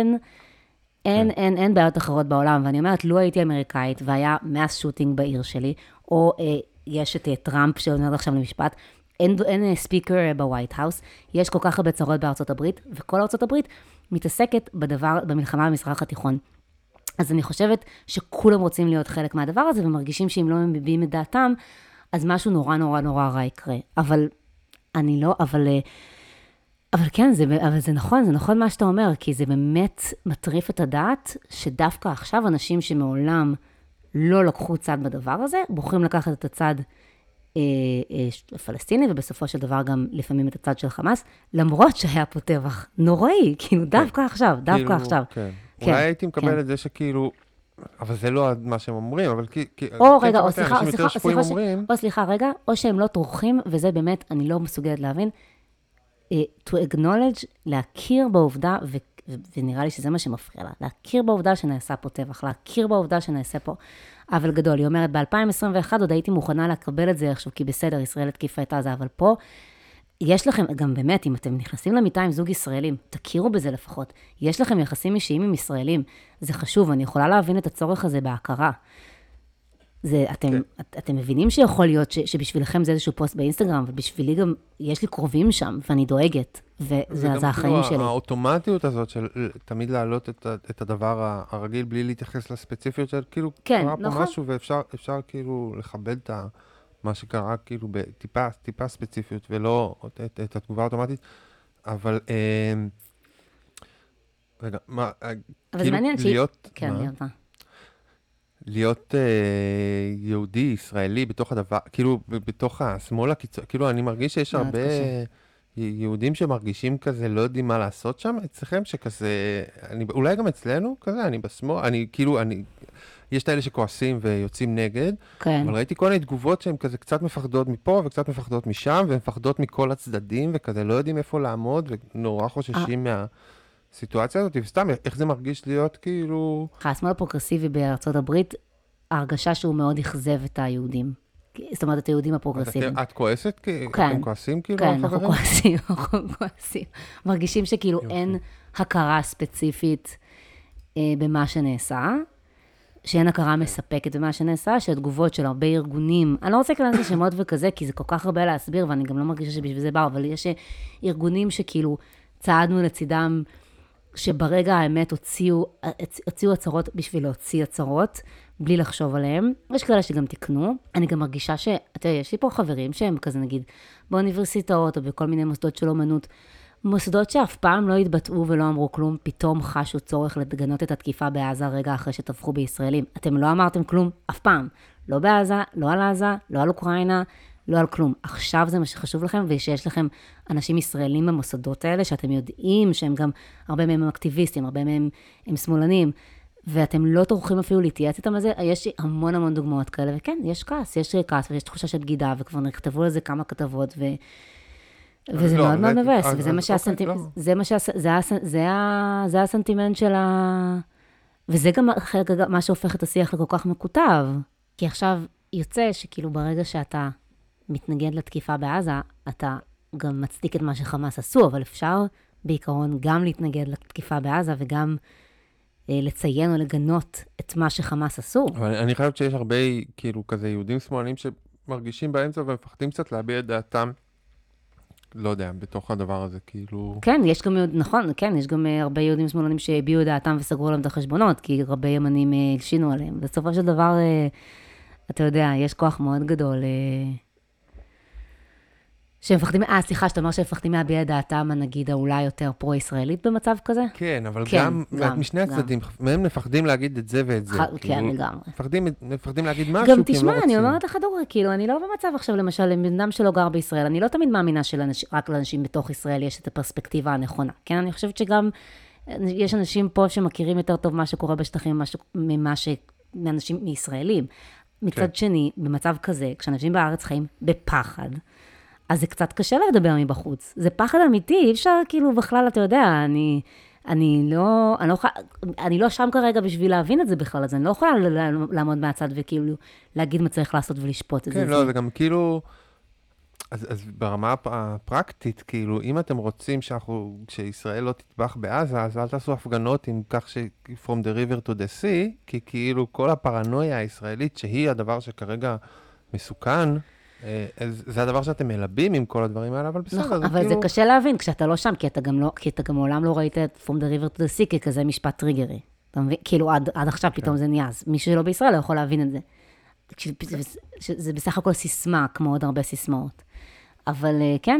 אין בעיות אחרות בעולם, ואני אומרת, לו הייתי אמריקאית, והיה מאס שוטינג בעיר שלי, או יש את טראמפ שעומד עכשיו למשפט, אין ספיקר בווייט האוס, יש כל כך הרבה צרות בארצות הברית, וכל ארצות הברית מתעסקת במלחמה במזרח התיכון. אז אני חושבת שכולם רוצים להיות חלק מהדבר הזה, ומרגישים שאם לא מביעים את דעתם, אז משהו נורא נורא נורא רע יקרה. אבל כן, זה נכון מה שאתה אומר, כי זה באמת מטריף את הדעת, שדווקא עכשיו אנשים שמעולם לא לקחו צד בדבר הזה, בוחרים לקחת את הצד הפלסטיני, ובסופו של דבר גם לפעמים את הצד של חמאס, למרות שהיה פה טבח נוראי, כאילו דווקא עכשיו, דווקא עכשיו. אולי הייתי מקבל את זה שכאילו, אבל זה לא מה שהם אומרים, אבל או רגע, או סליחה, רגע, או שהם לא טורחים, וזה באמת, אני לא מסוגלת להבין, to acknowledge, להכיר בעובדה, ונראה לי שזה מה שמפריע לה, להכיר בעובדה שנעשה פה טבח, להכיר בעובדה שנעשה פה עוול גדול. היא אומרת, ב-2021 עוד הייתי מוכנה לקבל את זה עכשיו, כי בסדר, ישראל התקיפה את עזה, אבל פה יש לכם, גם באמת, אם אתם נכנסים למיטה עם זוג ישראלים, תכירו בזה לפחות. יש לכם יחסים אישיים עם ישראלים, זה חשוב, אני יכולה להבין את הצורך הזה בהכרה. אתם מבינים שיכול להיות שבשבילכם זה איזשהו פוסט באינסטגרם, ובשבילי גם יש לי קרובים שם, ואני דואגת, וזה החיים שלי. האוטומטיות הזאת של תמיד להעלות את הדבר הרגיל, בלי להתייחס לספציפיות של כאילו, קרה פה משהו, ואפשר כאילו לכבד את מה שקרה כאילו בטיפה ספציפיות, ולא את התגובה האוטומטית, אבל רגע, מה, כאילו להיות... כן, להיות יהודי, ישראלי, בתוך הדבר, כאילו, בתוך השמאל הקיצון, כאילו, אני מרגיש שיש הרבה יהודים שמרגישים כזה, לא יודעים מה לעשות שם, אצלכם שכזה, אולי גם אצלנו, כזה, אני בשמאל, יש את האלה שכועסים ויוצאים נגד, אבל ראיתי כל מיני תגובות שהן כזה קצת מפחדות מפה וקצת מפחדות משם, ומפחדות מכל הצדדים, וכזה לא יודעים איפה לעמוד, ונורא חוששים סיטואציה הזאת, וסתם, איך זה מרגיש להיות כאילו... השמאל הפרוגרסיבי בארצות הברית, ההרגשה שהוא מאוד יחזב את היהודים. זאת אומרת, את היהודים הפרוגרסיביים. את כועסת? אתם כועסים כאילו? כן, אנחנו כועסים. מרגישים שכאילו אין הכרה ספציפית במה שנעשה, שאין הכרה מספקת במה שנעשה, שהתגובות של הרבה ארגונים, אני לא רוצה להכנס לשמות וכזה, כי זה כל כך הרבה להסביר, ואני גם לא מרגישה שבשביל זה בא, אבל יש ארגונים שכאילו צעדנו לצידם, שברגע האמת הוציאו הצהרות בשביל להוציא הצהרות, בלי לחשוב עליהם. יש כאלה שגם תקנו. אני גם מרגישה יש לי פה חברים שהם כזה נגיד, באוניברסיטאות או בכל מיני מוסדות של אומנות, מוסדות שאף פעם לא התבטאו ולא אמרו כלום, פתאום חשו צורך לגנות את התקיפה בעזה רגע אחרי שטבחו בישראלים. אתם לא אמרתם כלום אף פעם. לא בעזה, לא על עזה, לא על אוקראינה, לא על כלום. עכשיו זה מה שחשוב לכם, ושיש לכם אנשים ישראלים במוסדות האלה, שאתם יודעים שהם גם, הרבה מהם הם אקטיביסטים, הרבה מהם הם שמאלנים, ואתם לא טורחים אפילו להתייעץ איתם על זה. יש המון דוגמאות כאלה, וכן, יש כעס ויש תחושה של בגידה, וכבר נכתבו לזה כמה כתבות, וזה מאוד מאוד מבאס, וזה זה הסנטימנט של וזה גם מה שהופך את השיח לכל כך מקוטב, כי עכשיו יוצא שכאילו ברגע שאתה מתנגד לתקיפה בעזה, אתה גם מצדיק את מה שחמאס עשו, אבל אפשר בעיקרון גם להתנגד לתקיפה בעזה, וגם לציין או לגנות את מה שחמאס עשו. אבל אני חושבת שיש הרבה, כאילו, כזה יהודים שמאלנים שמרגישים באמצע ומפחדים קצת להביע את דעתם, לא יודע, בתוך הדבר הזה, כאילו... כן, יש גם, נכון, כן, יש גם הרבה יהודים שמאלנים שהביעו את דעתם וסגרו להם את החשבונות, כי הרבה ימנים הלשינו עליהם. בסופו של דבר, אתה יודע, יש כוח מאוד גדול שמפחדים, שאתה אומר שמפחדים להביע את דעתם, נגיד, אולי יותר פרו-ישראלית במצב כזה? כן, אבל גם משני הצדדים, מהם מפחדים להגיד את זה ואת זה. כן, לגמרי. מפחדים להגיד משהו, כי הם לא רוצים. גם תשמע, אני אומרת לך דוגרי, כאילו, אני לא במצב עכשיו, למשל, לבן אדם שלא גר בישראל, אני לא תמיד מאמינה שרק לאנשים בתוך ישראל יש את הפרספקטיבה הנכונה. כן, אני חושבת שגם יש אנשים פה שמכירים יותר טוב מה שקורה בשטחים מאנשים מישראלים. מצד שני, במצב כזה, כשאנשים בארץ חיים בפחד, אז זה קצת קשה לדבר מבחוץ. זה פחד אמיתי, אי אפשר כאילו בכלל, אתה יודע, אני לא שם כרגע בשביל להבין את זה בכלל, אז אני לא יכולה לעמוד מהצד וכאילו להגיד מה צריך לעשות ולשפוט את זה. כן, לא, זה גם כאילו, אז ברמה הפרקטית, כאילו, אם אתם רוצים שישראל לא תטבח בעזה, אז אל תעשו הפגנות עם כך from the river to the sea, כי כאילו כל הפרנויה הישראלית, שהיא הדבר שכרגע מסוכן, זה הדבר שאתם מלבים עם כל הדברים האלה, אבל בסדר. נכון, אבל זה קשה להבין כשאתה לא שם, כי אתה גם מעולם לא ראית את From the River to the Sea ככזה משפט טריגרי. אתה מבין? כאילו עד עכשיו פתאום זה נהיה, אז מי שלא בישראל לא יכול להבין את זה. זה בסך הכל סיסמה, כמו עוד הרבה סיסמאות. אבל כן,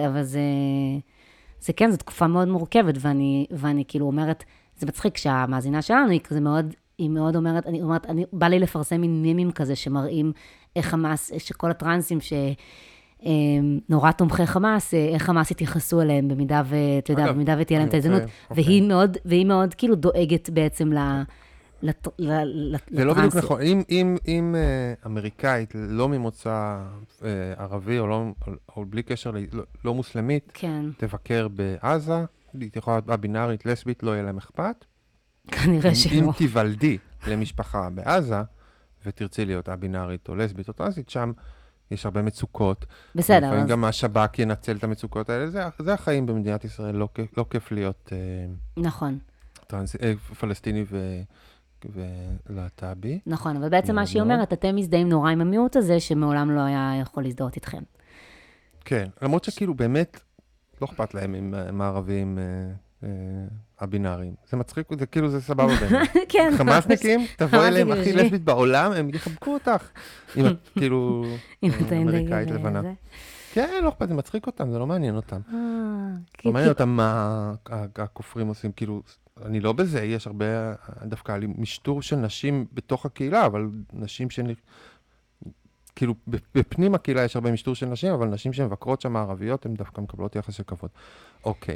זה כן, זו תקופה מאוד מורכבת, ואני כאילו אומרת, זה מצחיק שהמאזינה שלנו היא מאוד אומרת, בא לי לפרסם מין מימים כזה שמראים איך חמאס, שכל הטרנסים שנורא תומכי חמאס, איך חמאס התייחסו אליהם במידה ואתה יודע, במידה ותהיה להם את ההזדמנות, והיא מאוד כאילו דואגת בעצם לטרנסים. זה לא בדיוק נכון. אם אמריקאית לא ממוצא ערבי או בלי קשר לא מוסלמית, תבקר בעזה, היא יכולה להיות הבינארית, לסבית, לא יהיה להם אכפת. כנראה שלא. אם תיוולדי למשפחה בעזה, ותרצי להיות הבינארית או לסבית או טרנסית, שם יש הרבה מצוקות. בסדר. לפעמים גם השב"כ ינצל את המצוקות האלה. זה החיים במדינת ישראל, לא כיף להיות נכון. פלסטיני ולהט"בי. נכון, אבל בעצם מה שהיא אומרת, אתם מזדהים נורא עם המיעוט הזה, שמעולם לא היה יכול להזדהות איתכם. כן, למרות שכאילו באמת לא אכפת להם עם הערבים הבינאריים. זה מצחיק, זה כאילו זה סבבה ביניהם. כן. חמאסניקים, תבואי אליהם הכי לסבית בעולם, הם יחבקו אותך. אם את כאילו אמריקאית לבנה. כן, לא אכפת, זה מצחיק אותם, זה לא מעניין אותם. לא מעניין אותם מה הכופרים עושים, כאילו, אני לא בזה, יש הרבה, דווקא משטור של נשים בתוך הקהילה, אבל נשים כאילו, בפנים הקהילה יש הרבה משטור של נשים, אבל נשים שמבקרות שם הערביות, הן דווקא מקבלות יחס של כבוד. אוקיי.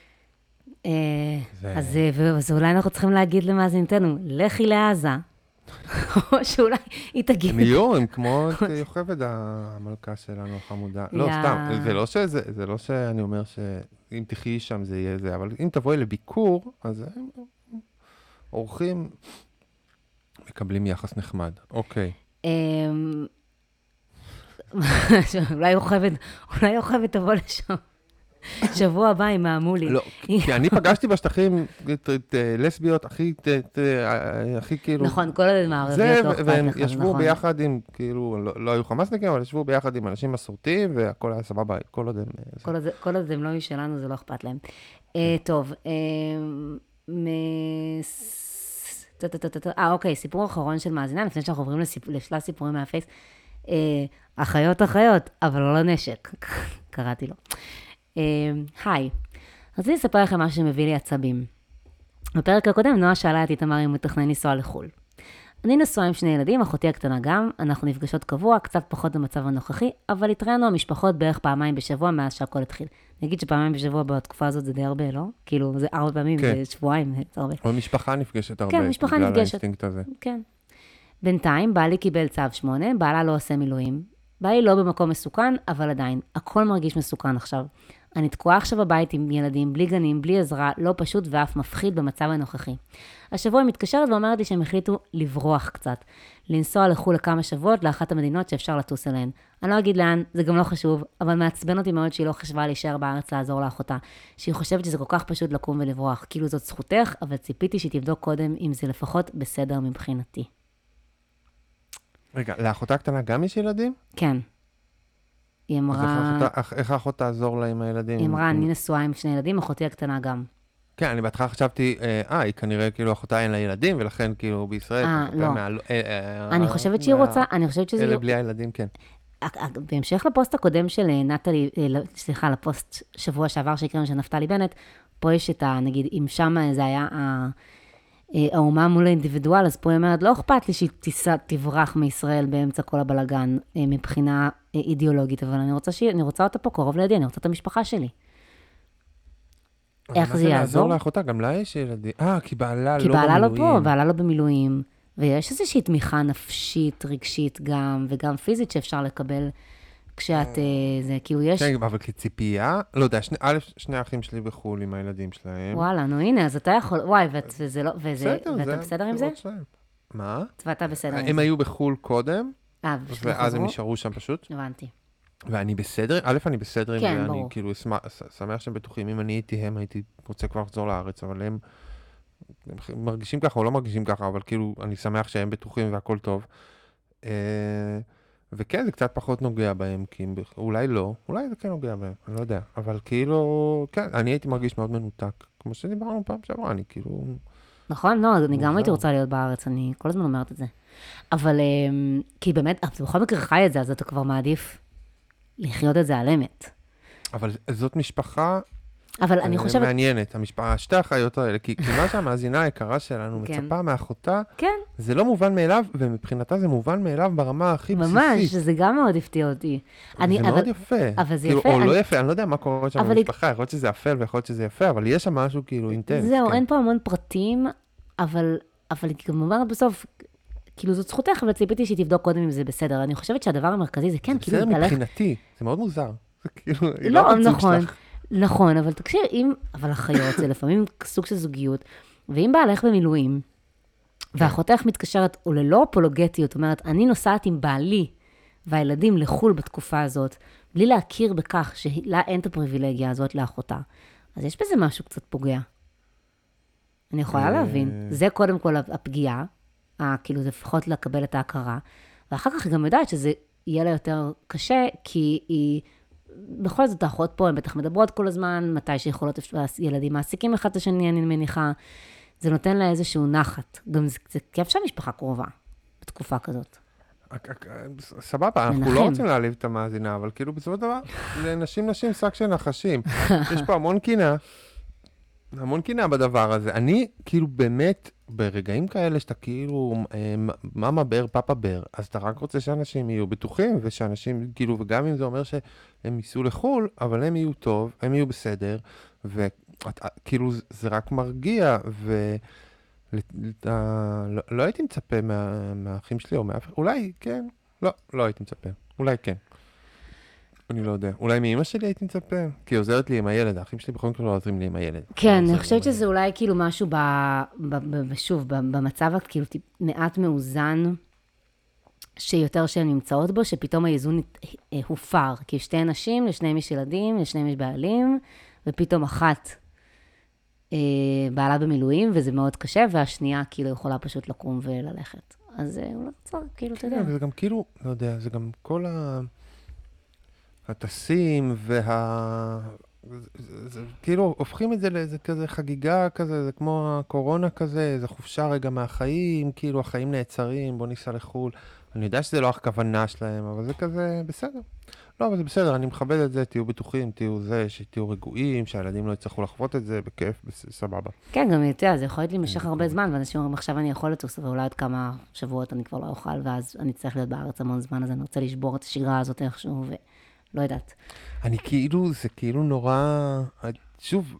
אז אולי אנחנו צריכים להגיד למאזינתנו, לכי לעזה, או שאולי היא תגיד. הם יהיו, הם כמו יוכבד המלכה שלנו, החמודה. לא, סתם, זה לא שאני אומר שאם תחיי שם זה יהיה זה, אבל אם תבואי לביקור, אז אורחים מקבלים יחס נחמד. אוקיי. אולי יוכבד תבוא לשם. שבוע הבא עם העמולי. לא, כי אני פגשתי בשטחים את לסביות הכי כאילו... נכון, כל עוד מערביות לא אכפת לך, והם ישבו ביחד עם, כאילו, לא היו חמאסניקים, אבל ישבו ביחד עם אנשים מסורתיים, והכל היה סבבה, כל עוד הם... כל עוד הם לא משלנו, זה לא אכפת להם. טוב, אוקיי, סיפור אחרון של מאזינה, לפני שאנחנו עוברים לשלל סיפורים מהפייס. אחיות, אבל לא לנשק, קראתי לו. היי, רציתי לספר לכם משהו שמביא לי עצבים. בפרק הקודם נועה שאלה את איתמר אם הוא תכנן לנסוע לחול. אני נשואה עם 2 ילדים, אחותי הקטנה גם, אנחנו נפגשות קבוע, קצת פחות במצב הנוכחי, אבל התראינו המשפחות בערך פעמיים בשבוע מאז שהכל התחיל. נגיד שפעמיים בשבוע בתקופה הזאת זה די הרבה, לא? כאילו זה 4 פעמים, זה שבועיים, זה הרבה. אבל משפחה נפגשת הרבה. כן, משפחה נפגשת. בגלל האינסטינקט הזה. כן. בינתיים, בעלי קיבל צו 8, בעלה לא עושה מילואים. בעלי לא במקום מסוכן, אבל עדיין, הכל מרגיש מסוכן עכשיו. אני תקועה עכשיו בבית עם ילדים, בלי גנים, בלי עזרה, לא פשוט ואף מפחיד במצב הנוכחי. השבוע היא מתקשרת ואומרת לי שהם החליטו לברוח קצת, לנסוע לחו"ל לכמה שבועות לאחת המדינות שאפשר לטוס אליהן. אני לא אגיד לאן, זה גם לא חשוב, אבל מעצבן אותי מאוד שהיא לא חשבה להישאר בארץ לעזור לאחותה, שהיא חושבת שזה כל כך פשוט לקום ולברוח, כאילו זאת זכותך, אבל ציפיתי שהיא תבדוק קודם אם זה לפחות בסדר מבחינתי. רגע, לאחותה הקטנה גם יש ילדים? כן. היא אמרה... איך האחות תעזור לה עם הילדים? היא אמרה, אני נשואה עם 2 ילדים, אחותי הקטנה גם. כן, אני בהתחלה חשבתי, היא כנראה כאילו אחותה אין לה ילדים, ולכן כאילו בישראל... לא. אני חושבת שהיא רוצה, אני חושבת שזה... אלה בלי הילדים, כן. בהמשך לפוסט הקודם של נטלי, סליחה, לפוסט שבוע שעבר שהקראנו של נפתלי בנט, פה יש את ה... נגיד, אם שם זה היה האומה מול האינדיבידואל, אז פה היא אומרת, לא אכפת לי שהיא תברח מישראל באמצע כל הבלגן מבחינה אידיאולוגית, אבל אני רוצה אותה פה קרוב לידי, אני רוצה את המשפחה שלי. איך זה יעזור? לעזור לאחותה, גם לה יש ילדים. כי בעלה לא במילואים. כי בעלה לא פה, בעלה לא במילואים, ויש איזושהי תמיכה נפשית, רגשית גם, וגם פיזית שאפשר לקבל כשאת, זה כאילו יש... כן, אבל כציפייה, לא יודע, שני האחים שלי בחול עם הילדים שלהם. וואלה, נו הנה, אז אתה יכול, וואי, וזה לא, ואתה בסדר עם זה? מה? ואתה בסדר עם זה? הם היו בחול קודם, ואז הם חזרו? נשארו שם פשוט. הבנתי. ואני בסדר, אני בסדר עם כן, זה, ברור. אני כאילו שמח שהם בטוחים, אם אני הייתי רוצה כבר לחזור לארץ, אבל הם מרגישים ככה או לא מרגישים ככה, אבל כאילו אני שמח שהם בטוחים והכל טוב. וכן, זה קצת פחות נוגע בהם, כי אולי לא, אולי זה כן נוגע בהם, אני לא יודע, אבל כאילו, כן, אני הייתי מרגיש מאוד מנותק, כמו שדיברנו פעם שעברה, אני כאילו... נכון, לא, אני גם הייתי רוצה להיות בארץ, אני כל הזמן אומרת את זה. אבל, כי באמת, אתה בכל מקרה חי את זה, אז אתה כבר מעדיף לחיות את זה על אמת. אבל זאת משפחה אבל אני חושבת... מעניינת, המשפחה, שתי החיות האלה, כי מה שהמאזינה היקרה שלנו מצפה מאחותה, זה לא מובן מאליו, ומבחינתה זה מובן מאליו ברמה הכי בסיסית. ממש, זה גם מאוד הפתיע אותי. זה מאוד יפה. אבל זה יפה. או לא יפה, אני לא יודע מה קורה שם במשפחה, יכול להיות שזה אפל ויכול להיות שזה יפה, אבל יש שם משהו כאילו אינטנס. זהו, אין פה המון פרטים, אבל כמובן בסוף, כאילו זאת זכותך, אבל ציפיתי שהיא תבדוק קודם אם זה בסדר. אני חושבת שהדבר המרכזי זה כן, כאילו... זה בסדר מבחינתי, זה מאוד מוזר. זה כאילו, היא לא הבת זוג שלך. נכון, אבל תקשיב, אבל החיות זה לפעמים סוג של זוגיות, ואם בעלך במילואים, ואחותך מתקשרת, או ללא אפולוגטיות, אומרת, אני נוסעת עם בעלי והילדים לחול בתקופה הזאת, בלי להכיר בכך שלה אין את הפריבילגיה הזאת לאחותה. אז יש בזה משהו קצת פוגע. אני יכולה להבין. זה קודם כל הפגיעה, כאילו זה לפחות לקבל את ההכרה, ואחר כך היא גם יודעת שזה יהיה לה יותר קשה, כי היא... בכל זאת, האחות פה, הן בטח מדברות כל הזמן, מתי שיכולות ילדים מעסיקים אחד את השני, אני מניחה. זה נותן לה איזשהו נחת. גם זה כיף שהמשפחה קרובה, בתקופה כזאת. סבבה, אנחנו לא רוצים להעליב את המאזינה, אבל כאילו בסופו של דבר, לנשים שק של נחשים. יש פה המון קינה בדבר הזה. אני כאילו באמת, ברגעים כאלה שאתה כאילו, מאמה בר, פאפה בר, אז אתה רק רוצה שאנשים יהיו בטוחים, ושאנשים כאילו, וגם אם זה אומר שהם ייסעו לחול, אבל הם יהיו טוב, הם יהיו בסדר, וכאילו זה רק מרגיע, לא הייתי מצפה מהאחים שלי או מאף, אולי כן, לא הייתי מצפה, אולי כן. אני לא יודע. אולי מאמא שלי הייתי מצפה? כי היא עוזרת לי עם הילד. האחים שלי בכל מקרה לא עוזרים לי עם הילד. כן, אני חושבת שזה אולי כאילו משהו שוב, במצב כאילו מעט מאוזן, שיותר שהן נמצאות בו, שפתאום האיזון הופר. כי 2 נשים, לשניהם יש ילדים, לשניהם יש בעלים, ופתאום אחת בעלה במילואים, וזה מאוד קשה, והשנייה כאילו יכולה פשוט לקום וללכת. אז הוא לא צריך, כאילו, אתה יודע. זה גם כאילו, לא יודע, זה גם כל הטסים כאילו הופכים את זה לאיזה כזה חגיגה כזה, זה כמו הקורונה כזה, זה חופשה רגע מהחיים, כאילו החיים נעצרים, בוא ניסע לחול. אני יודע שזה לא הכוונה שלהם, אבל זה כזה בסדר. לא, אבל זה בסדר, אני מכבד את זה, תהיו בטוחים, שתהיו רגועים, שהילדים לא יצטרכו לחוות את זה, בכיף, סבבה. כן, גם יותר, זה יכול להיות להימשך הרבה זמן, ואנשים אומרים, עכשיו אני יכול לטוס, ואולי עוד כמה שבועות אני כבר לא אוכל, ואז אני צריך להיות בארץ המון זמן, אז אני רוצה לשבור את השגרה הזאת איכשהו, ולא יודעת. אני כאילו, זה כאילו נורא, שוב,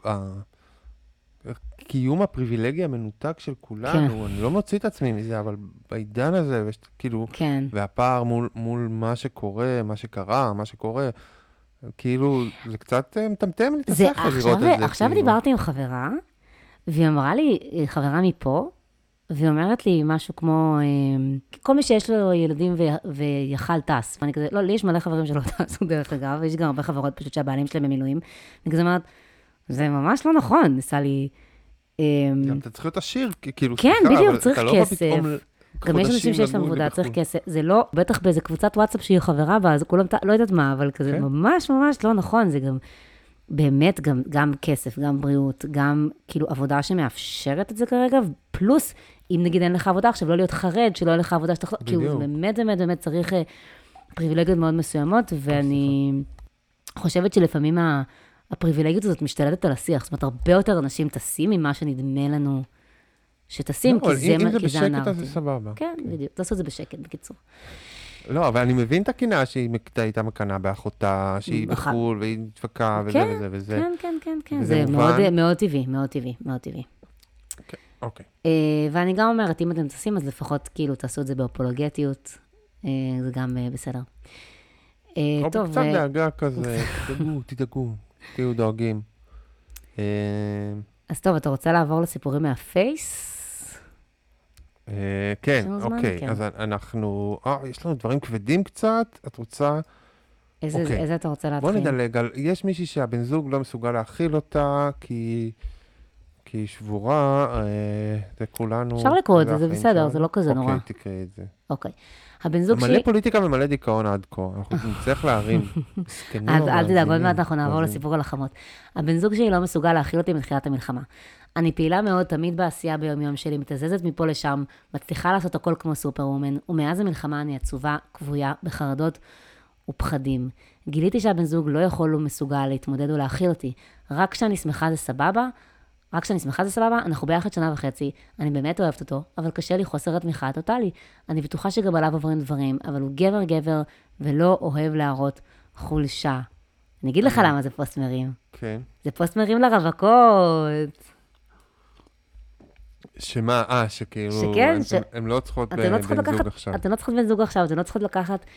קיום הפריבילגיה המנותק של כולנו, אני לא מוציא את עצמי מזה, אבל בעידן הזה, כאילו, והפער מול מה שקורה, מה שקרה, מה שקורה, כאילו, זה קצת מטמטם לי את זה השכל לראות את זה. עכשיו כאילו. דיברתי עם חברה, והיא אמרה לי, חברה מפה, והיא אומרת לי משהו כמו, כל מי שיש לו ילדים ויכל טס. ואני כזה, לא, לי יש מלא חברים שלא טסו דרך אגב, ויש גם הרבה חברות פשוט שהבעלים שלהם במילואים. אני כזה אומרת, זה ממש לא נכון, ניסה לי... גם אתה צריך להיות עשיר, כאילו, כן, סליחה, בדיוק, אבל צריך אתה לא בא כסף. פתאום גם יש חודשים אנשים שיש להם לגור עבודה, בחו"ל. צריך כסף. זה לא, בטח באיזה קבוצת וואטסאפ שהיא חברה בה, אז כולם, לא יודעת מה, אבל כזה כן. ממש ממש לא נכון, זה גם... באמת גם כסף, גם בריאות, גם כאילו עבודה שמאפשרת את זה כרגע, פלוס, אם נגיד אין לך עבודה עכשיו, לא להיות חרד שלא אין לך עבודה שתחזור, כאילו זה באמת צריך פריבילגיות מאוד מסוימות, ואני חושבת שלפעמים הפריבילגיות הזאת משתלטת על השיח, זאת אומרת, הרבה יותר אנשים טסים ממה שנדמה לנו שטסים, כי זה אם זה הנרטיב. בשקט, אז זה סבבה. כן, בדיוק, תעשו את זה בשקט, בקיצור. לא, אבל אני מבין את הקנאה שהיא הייתה מקנאה באחותה, שהיא בחול, והיא דפקה, וזה וזה. כן, זה מאוד טבעי, מאוד טבעי. אוקיי. ואני גם אומרת, אם אתם טסים, אז לפחות כאילו תעשו את זה באפולוגטיות, זה גם בסדר. טוב, קצת דאגה כזה, תדאגו, תהיו דואגים. אז טוב, אתה רוצה לעבור לסיפורים מהפייס? כן, אוקיי, אז אנחנו, יש לנו דברים כבדים קצת, את רוצה... איזה אתה רוצה להתחיל? בוא נדלג על, יש מישהי שהבן זוג לא מסוגל להכיל אותה, כי היא שבורה, זה כולנו... אפשר לקרוא את זה, זה בסדר, זה לא כזה נורא. אוקיי, תקראי את זה. אוקיי. הבן זוג שלי... מלא פוליטיקה ומלא דיכאון עד כה, אנחנו נצטרך להרים. אל תדאג, עוד מעט אנחנו נעבור לסיפור על החמות. הבן זוג שלי לא מסוגל להכיל אותי מתחילת המלחמה. אני פעילה מאוד, תמיד בעשייה ביום שלי, מתזזת מפה לשם, מצליחה לעשות הכל כמו סופר-וומן, ומאז המלחמה אני עצובה, כבויה, בחרדות ופחדים. גיליתי שהבן זוג לא יכול ומסוגל להתמודד ולהכיל אותי. רק כשאני שמחה זה סבבה, אנחנו ביחד 1.5 שנה, אני באמת אוהבת אותו, אבל קשה לי חוסר התמיכה הטוטלי. אני בטוחה שגם עליו עוברים דברים, אבל הוא גבר ולא אוהב להראות חולשה. אני אגיד לך למה זה פוסט מרים. כן. זה פוסט מרים לרווקות. שמה? שכאילו, הן לא צריכות בן זוג עכשיו. אתן לא צריכות בן זוג עכשיו, אתן לא צריכות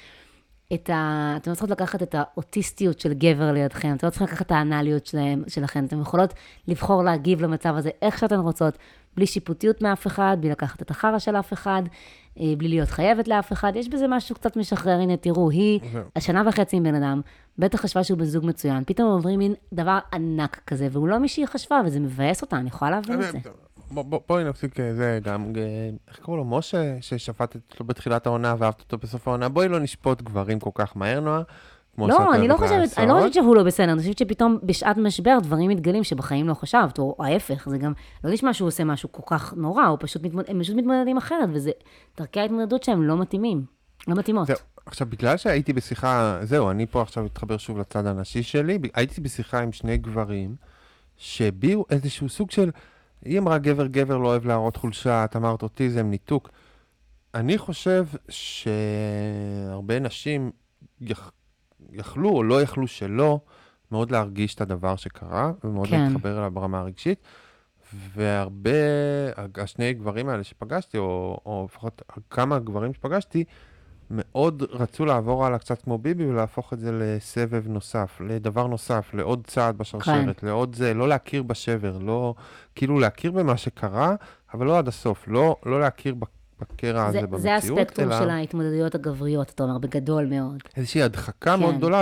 לקחת את האוטיסטיות של גבר לידכם, אתן לא צריכות לקחת את האנליות שלכם, אתן יכולות לבחור להגיב למצב הזה איך שאתן רוצות, בלי שיפוטיות מאף אחד, בלי לקחת את החרא של אף אחד, בלי להיות חייבת לאף אחד, יש בזה משהו קצת משחרר, הנה תראו, היא 1.5 שנה עם בן אדם, בטח חשבה שהוא בן זוג מצוין, פתאום עוברים מין דבר ענק כזה, והוא לא מי שהיא חשבה, וזה מבאס אותה, אני יכולה להבין את זה. בואי נפסיק זה גם, איך קראו לו? משה, ששפטת לו בתחילת העונה ואהבת אותו בסוף העונה, בואי לא נשפוט גברים כל כך מהר, נועה. לא, אני לא חושבת שהוא לא בסדר, אני חושבת שפתאום בשעת משבר דברים מתגלים שבחיים לא חשבת, או ההפך, זה גם, לא נשמע שהוא עושה משהו כל כך נורא, הם פשוט מתמודדים אחרת, וזה דרכי ההתמודדות שהם לא מתאימים, לא מתאימות. עכשיו, בגלל שהייתי בשיחה, זהו, אני פה עכשיו מתחבר שוב לצד הנשי שלי, הייתי בשיחה עם 2 גברים, שהביאו איזשהו סוג של, היא אמרה גבר לא אוהב להראות חולשה, את אמרת אוטיזם, ניתוק. אני חושב שהרבה נשים יכלו או לא יכלו שלא, מאוד להרגיש את הדבר שקרה, ומאוד להתחבר אליו ברמה הרגשית, והרבה, 2 גברים האלה שפגשתי, או לפחות כמה גברים שפגשתי, מאוד רצו לעבור הלאה קצת כמו ביבי, ולהפוך את זה לסבב נוסף, לדבר נוסף, לעוד צעד בשרשרת, לעוד זה, לא להכיר בשבר, לא, כאילו להכיר במה שקרה, אבל לא עד הסוף, לא להכיר בקרע הזה במציאות, זה הספקטרום של ההתמודדויות הגבריות, אתה אומר, בגדול מאוד. איזושהי הדחקה מאוד גדולה,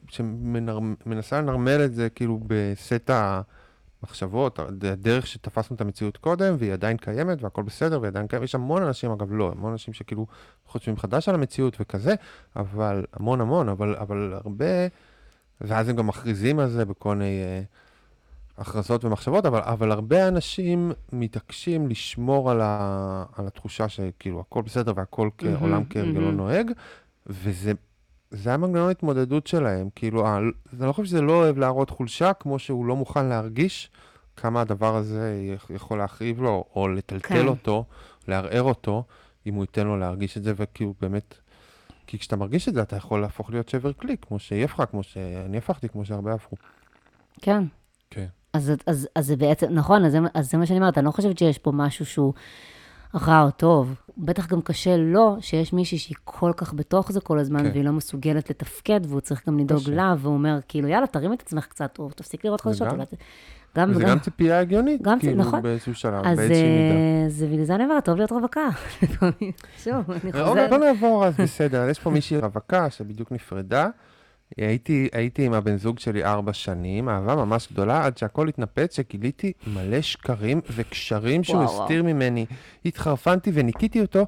שמנסה לנרמל את זה כאילו בסט המחשבות, הדרך שתפסנו את המציאות קודם, והיא עדיין קיימת, והכל בסדר, ועדיין קיימת. יש המון אנשים, אגב לא, המון אנשים שכאילו חושבים חדש על המציאות וכזה, אבל המון, אבל הרבה, ואז הם גם מכריזים על זה בכל מיני הכרזות ומחשבות, אבל הרבה אנשים מתעקשים לשמור על התחושה שכאילו הכל בסדר והכל כעולם כרגלו נוהג, וזה המנגנון ההתמודדות שלהם, כאילו, אני לא חושב שזה לא אוהב להראות חולשה, כמו שהוא לא מוכן להרגיש כמה הדבר הזה יכול להחריב לו, או לטלטל אותו, לערער אותו, אם הוא ייתן לו להרגיש את זה, וכאילו באמת, כי כשאתה מרגיש את זה, אתה יכול להפוך להיות שבר כלי, כמו שהיא הפכה, כמו שאני הפכתי, כמו שהרבה הפכו. כן. כן. אז זה בעצם, נכון, אז זה מה שאני אומרת, אני לא חושבת שיש פה משהו שהוא רע או טוב. בטח גם קשה לו שיש מישהי שהיא כל כך בתוך זה כל הזמן, והיא לא מסוגלת לתפקד, והוא צריך גם לדאוג לה, והוא אומר, כאילו, יאללה, תרים את עצמך קצת, או תפסיק לראות חדשות. וזה גם ציפייה הגיונית, כאילו, באיזשהו שלב, באיזושהי מידה. אז בגלל זה אני אומרת, טוב להיות רווקה. שוב, אני חוזרת. בוא נעבור, אז בסדר, יש פה מישהי רווקה שבדיוק נפרדה, הייתי עם הבן זוג שלי 4 שנים, אהבה ממש גדולה, עד שהכל התנפץ, שגיליתי מלא שקרים וקשרים שהוא הסתיר ממני. התחרפנתי וניקיתי אותו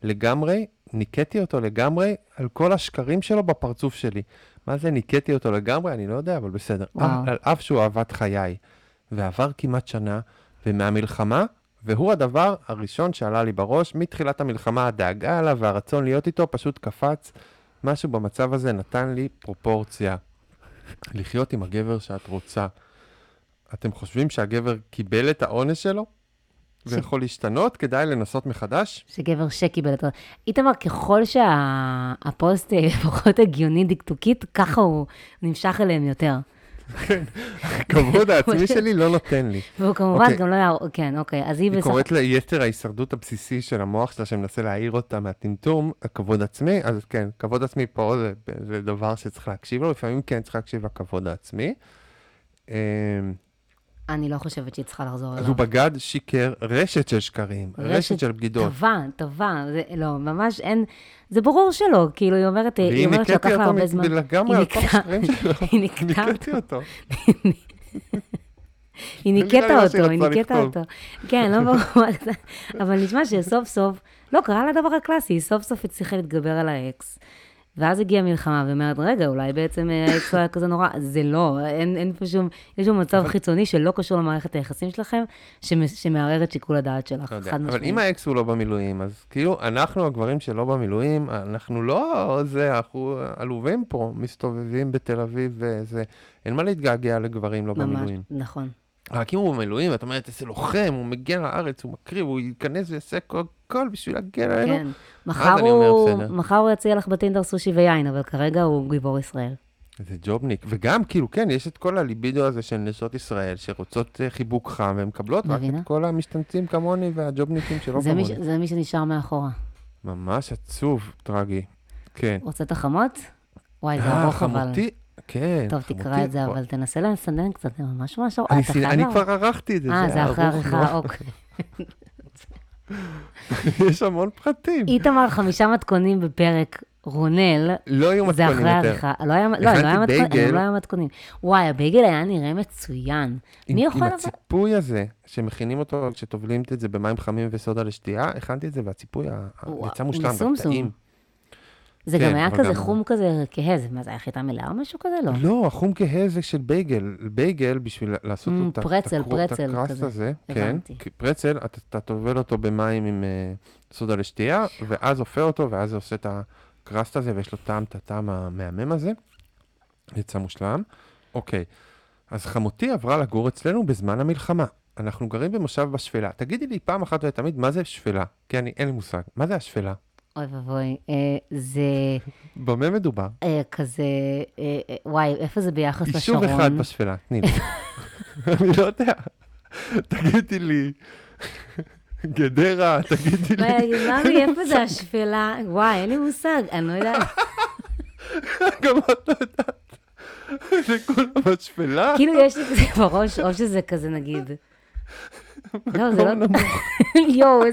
לגמרי על כל השקרים שלו בפרצוף שלי. מה זה ניקיתי אותו לגמרי? אני לא יודע, אבל בסדר. על אף שהוא אהבת חיי. ועבר כמעט שנה, ומהמלחמה, והוא הדבר הראשון שעלה לי בראש, מתחילת המלחמה, הדאגה עליו והרצון להיות איתו פשוט קפץ. משהו במצב הזה נתן לי פרופורציה. לחיות עם הגבר שאת רוצה. אתם חושבים שהגבר קיבל את העונש שלו? ויכול להשתנות? כדאי לנסות מחדש? שגבר שקיבל את העונש. איתמר, ככל שהפוסט פחות הגיוני דקדוקית, ככה הוא נמשך אליהם יותר. כן, הכבוד העצמי שלי לא נותן לי. והוא כמובן גם לא היה, כן, אוקיי, אז היא קוראת ליתר ההישרדות הבסיסי של המוח שלה, שמנסה להעיר אותה מהטמטום, הכבוד עצמי, אז כן, כבוד עצמי פה זה דבר שצריך להקשיב לו, לפעמים כן צריך להקשיב לכבוד העצמי. אני לא חושבת שהיא צריכה לחזור אליו. אז הוא בגד, שיקר, רשת של שקרים, רשת של בגידות. טובה, לא, ממש אין, זה ברור שלא, כאילו היא אומרת שלקח לה הרבה זמן. והיא לגמרי על כל השקרים שלו, היא ניקתה אותו. היא ניקתה אותו. כן, לא ברור, אבל נשמע שסוף סוף, לא, קרה לה דבר הקלאסי, סוף סוף הצליחה להתגבר על האקס. ואז הגיעה מלחמה, ואומרת, רגע, אולי בעצם האקס היה כזה נורא. זה לא, אין פה שום, יש שם מצב חיצוני שלא קשור למערכת היחסים שלכם, שמערער את שיקול הדעת שלך, חד משמעית. אבל אם האקס הוא לא במילואים, אז כאילו, אנחנו הגברים שלא במילואים, אנחנו לא זה, אנחנו עלובים פה, מסתובבים בתל אביב וזה, אין מה להתגעגע לגברים לא במילואים. ממש, נכון. רק אם הוא במילואים, ואת אומרת, איזה לוחם, הוא מגיע לארץ, הוא מקריב, הוא ייכנס ויעשה הכל בשביל להגיע אלינו. כן, מחר הוא יציע לך בטינדר סושי ויין, אבל כרגע הוא גיבור ישראל. זה ג'ובניק, וגם כאילו, כן, יש את כל הליבידו הזה של נשות ישראל, שרוצות חיבוק חם, והן מקבלות רק את כל המשתנצים כמוני, והג'ובניקים שלא כמוני. זה מי שנשאר מאחורה. ממש עצוב, טרגי. כן. רוצה את החמות? וואי, זה ארוך אבל. חמותי, כן. טוב, תקרא את זה, אבל תנסה לסנדן קצת, זה ממש ממש ארוך. אני כבר ערכתי את זה. זה אחרי עריכה, אוקיי. יש המון פרטים. איתמר 5 מתכונים בפרק רונל. לא היו מתכונים יותר. זה אחרי עריכה. לא היה מתכונים. וואי, הבייגל היה נראה מצוין. מי יכול עם הציפוי הזה, שמכינים אותו, כשטובלים את זה במים חמים וסודה לשתייה, הכנתי את זה, והציפוי יצא מושלם, טעים. זה גם היה כזה חום כזה כהה, מה זה היה חיטה מלאה או משהו כזה? לא. לא, החום כהה זה של בייגל. בייגל, בשביל לעשות את הקרסט הזה, כן, פרצל, אתה טובל אותו במים עם סודה לשתייה, ואז הופך אותו, ואז זה עושה את הקרסט הזה, ויש לו טעם, את הטעם המהמם הזה. יצא מושלם. אוקיי, אז חמותי עברה לגור אצלנו בזמן המלחמה. אנחנו גרים במושב בשפלה. תגידי לי פעם אחת ותמיד, מה זה שפלה? כי אין לי מושג. מה זה השפלה? אוי ובוי, זה... במה מדובר? כזה, וואי, איפה זה ביחס לשרון? יישוב אחד בשפלה, תני לי. אני לא יודע. תגידי לי, גדרה, תגידי לי. ממי, איפה זה השפלה? וואי, אין לי מושג, אני לא יודעת. גם את לא יודעת. זה כולה בשפלה? כאילו יש לי כזה בראש, או שזה כזה נגיד. לא, זה לא... יואו,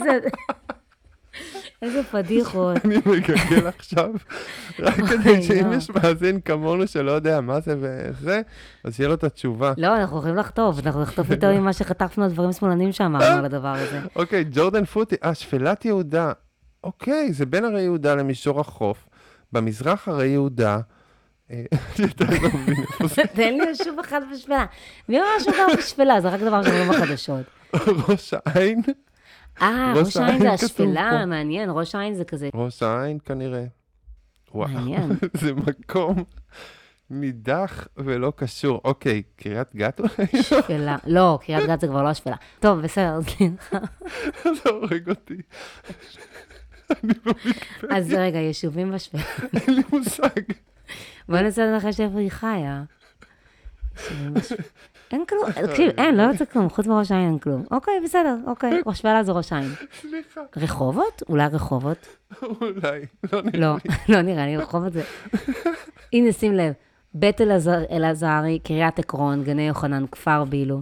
איזה פדיחות. אני מגגל עכשיו, רק כדי שאם יש מאזין כמונו שלא יודע מה זה וזה, אז שיהיה לו את התשובה. לא, אנחנו הולכים לחטוף, אנחנו נחטוף יותר ממה שחטפנו על דברים שמאלנים שאמרנו על הדבר הזה. אוקיי, ג'ורדן פוטי, שפלת יהודה. אוקיי, זה בין הרי יהודה למישור החוף, במזרח הרי יהודה, תן לי שוב אחד בשפלה. מי אמר שהוא גר בשפלה? זה רק דבר שאומרים בחדשות. ראש העין. ראש העין זה השפלה, מעניין, ראש העין זה כזה. ראש העין כנראה. מעניין. זה מקום נידח ולא קשור. אוקיי, קריית גת אולי? שפלה. לא, קריית גת זה כבר לא השפלה. טוב, בסדר, סליחה. זה הורג אותי. אז רגע, יישובים בשפלה. אין לי מושג. בוא נעשה לך שאיפה היא חיה. אין כלום, תקשיב, אין, לא יוצא כלום, חוץ מראש העין אין כלום. אוקיי, בסדר, אוקיי, ראש ולה זה ראש העין. סליחה. רחובות? אולי רחובות? אולי, לא נראה לא, לי. לא נראה לי, רחובות זה. הנה, שים לב, בית אלעזרי, קריית עקרון, גני יוחנן, כפר בילו,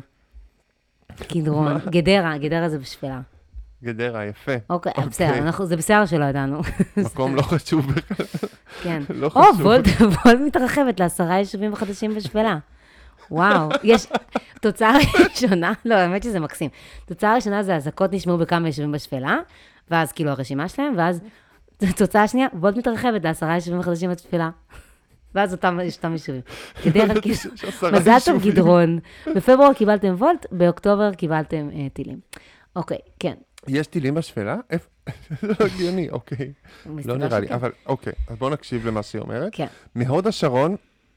קדרון, גדרה זה בשפלה. גדרה, יפה. אוקיי, בסדר, זה בסדר שלא ידענו. מקום לא חשוב בכלל. כן. לא חשוב. וולט מתרחבת ל10 יישובים חדשים בשפלה. וואו, יש תוצאה ראשונה, לא, האמת שזה מקסים. תוצאה ראשונה זה הזעקות נשמעו בכמה יישובים בשפלה, ואז כאילו הרשימה שלהם, ואז תוצאה שנייה, וולט מתרחבת ל10 יישובים חדשים בשפלה. ואז יש אותם יישובים. מזל טוב גדרון. בפברואר קיבלתם וולט, באוקטובר קיבלתם טילים. אוקיי, כן. יש טילים בשפלה? זה לא הגיוני, אוקיי. לא נראה לי, אבל אוקיי, אז בואו נקשיב למה שהיא אומרת. כן. מהוד השרון,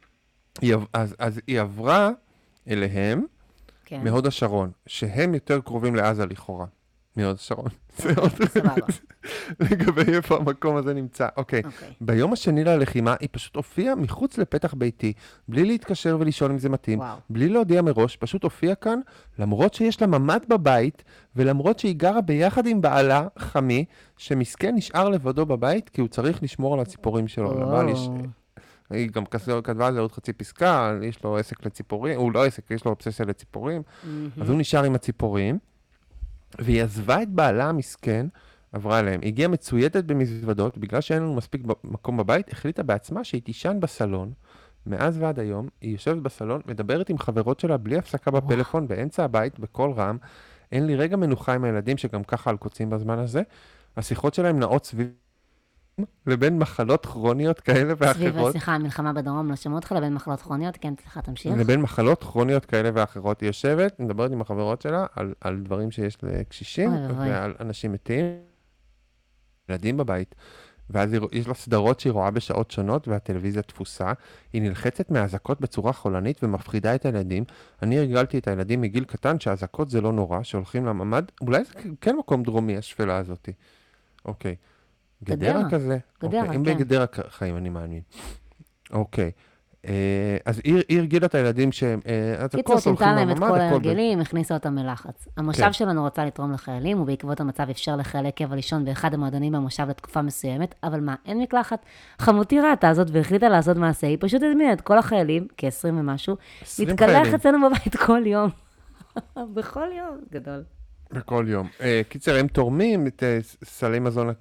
אז היא עברה אליהם, מהוד השרון, שהם יותר קרובים לעזה לכאורה. מהוד השרון. סבבה. לגבי איפה המקום הזה נמצא. אוקיי. ביום השני ללחימה, היא פשוט הופיעה מחוץ לפתח ביתי, בלי להתקשר ולשאול אם זה מתאים, בלי להודיע מראש, פשוט הופיעה כאן, למרות שיש לה ממ"ד בבית, ולמרות שהיא גרה ביחד עם בעלה, חמי, שמסכן נשאר לבדו בבית, כי הוא צריך לשמור על הציפורים שלו. היא גם כתבה על זה עוד חצי פסקה, יש לו עסק לציפורים, הוא לא עסק, יש לו אובססיה לציפורים, אז הוא נשאר עם הציפורים, והיא עזבה את בעלה המסכן, עברה אליהם. היא הגיעה מצוידת במזוודות, בגלל שאין לנו מספיק מקום בבית, החליטה בעצמה שהיא תישן בסלון. מאז ועד היום, היא יושבת בסלון, מדברת עם חברות שלה בלי הפסקה בפלאפון, באמצע הבית, בכל רם. אין לי רגע מנוחה עם הילדים, שגם ככה על קוצים בזמן הזה. השיחות שלהם נעות סביב לבין מחלות כרוניות כאלה ואחרות. סליחה, המלחמה בדרום, לא שמעו אותך לבין מחלות כרוניות, כן, סליחה, תמשיך. לבין מחלות כרוניות כאלה ואחרות. היא יושבת, מדברת עם החברות שלה על דברים שיש לקשישים ועל אנשים מתים, ילדים בבית. ואז יש לה סדרות שהיא רואה בשעות שונות והטלוויזיה תפוסה. היא נלחצת מהאזעקות בצורה חולנית ומפחידה את הילדים. אני הרגלתי את הילדים מגיל קטן שהאזעקות זה לא נורא, שהולכים לממ"ד. אולי זה כן מקום דרומי, השפלה הזאת. אוקיי. גדרה כזה? גדרה, כן. אם בגדרה חיים, אני מאמין. אוקיי. אז היא הרגילה את הילדים שהם... קיצור, שינתה להם את כל ההרגלים, הכניסה אותם ללחץ. המושב שלנו רצה לתרום לחיילים, ובעקבות המצב אפשר לחיילי קבע לישון באחד המועדונים במושב לתקופה מסוימת, אבל מה, אין מקלחת. חמותי ראתה הזאת והחליטה לעשות מעשה, היא פשוט הזמינה את כל החיילים, כ-20 ומשהו, להתקלח אצלנו בבית כל יום. בכל יום, גדול. בכל יום. קיצר, הם תורמים את סלי מזון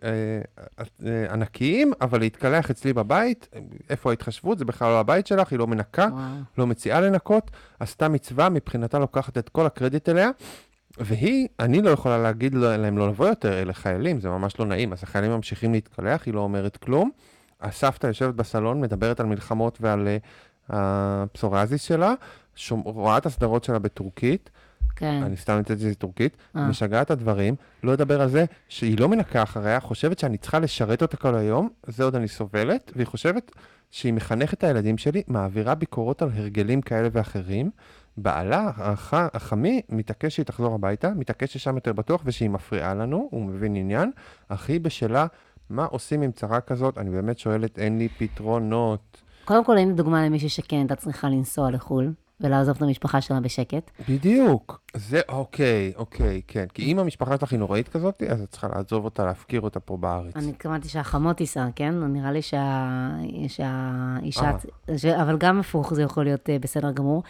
ענקיים, אבל להתקלח אצלי בבית, איפה ההתחשבות? זה בכלל לא הבית שלך, היא לא מנקה, לא מציעה לנקות, עשתה מצווה, מבחינתה לוקחת את כל הקרדיט אליה, אני לא יכולה להגיד להם לא לבוא יותר, אלה חיילים, זה ממש לא נעים, אז החיילים ממשיכים להתקלח, היא לא אומרת כלום, הסבתא יושבת בסלון, מדברת על מלחמות ועל הפסוריאזיס שלה, רואה את הסדרות שלה בטורקית, כן. אני סתם נתתי את זה טורקית, משגעה את הדברים, לא לדבר על זה שהיא לא מנקה אחריה, חושבת שאני צריכה לשרת אותה כל היום, זה עוד אני סובלת, והיא חושבת שהיא מחנכת את הילדים שלי, מעבירה ביקורות על הרגלים כאלה ואחרים, בעלה, החמי, מתעקש שהיא תחזור הביתה, מתעקש ששם יותר בטוח ושהיא מפריעה לנו, הוא מבין עניין, אחי בשלה, מה עושים עם צרה כזאת? אני באמת שואלת, אין לי פתרונות. קודם כל, אין דוגמה למישהו שכן הייתה צריכה לנסוע לחול. ולעזוב את המשפחה שלה בשקט. בדיוק. זה, אוקיי, כן. כי אם המשפחה שלך היא נוראית כזאת, אז את צריכה לעזוב אותה, להפקיר אותה פה בארץ. אני התכוונתי שהחמות תיסע, כן? נראה לי שהאישה... אבל גם הפוך זה יכול להיות בסדר גמור.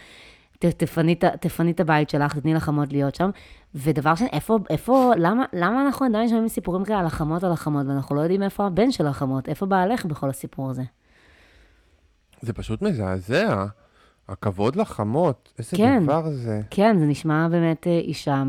תפני את הבית שלך, תתני לחמות להיות שם. ודבר שני, למה אנחנו עדיין שומעים סיפורים כאלה על החמות, ואנחנו לא יודעים איפה הבן של החמות, איפה בעלך בכל הסיפור הזה? זה פשוט מזעזע. הכבוד לחמות, איזה כן, דבר זה. כן, זה נשמע באמת אישה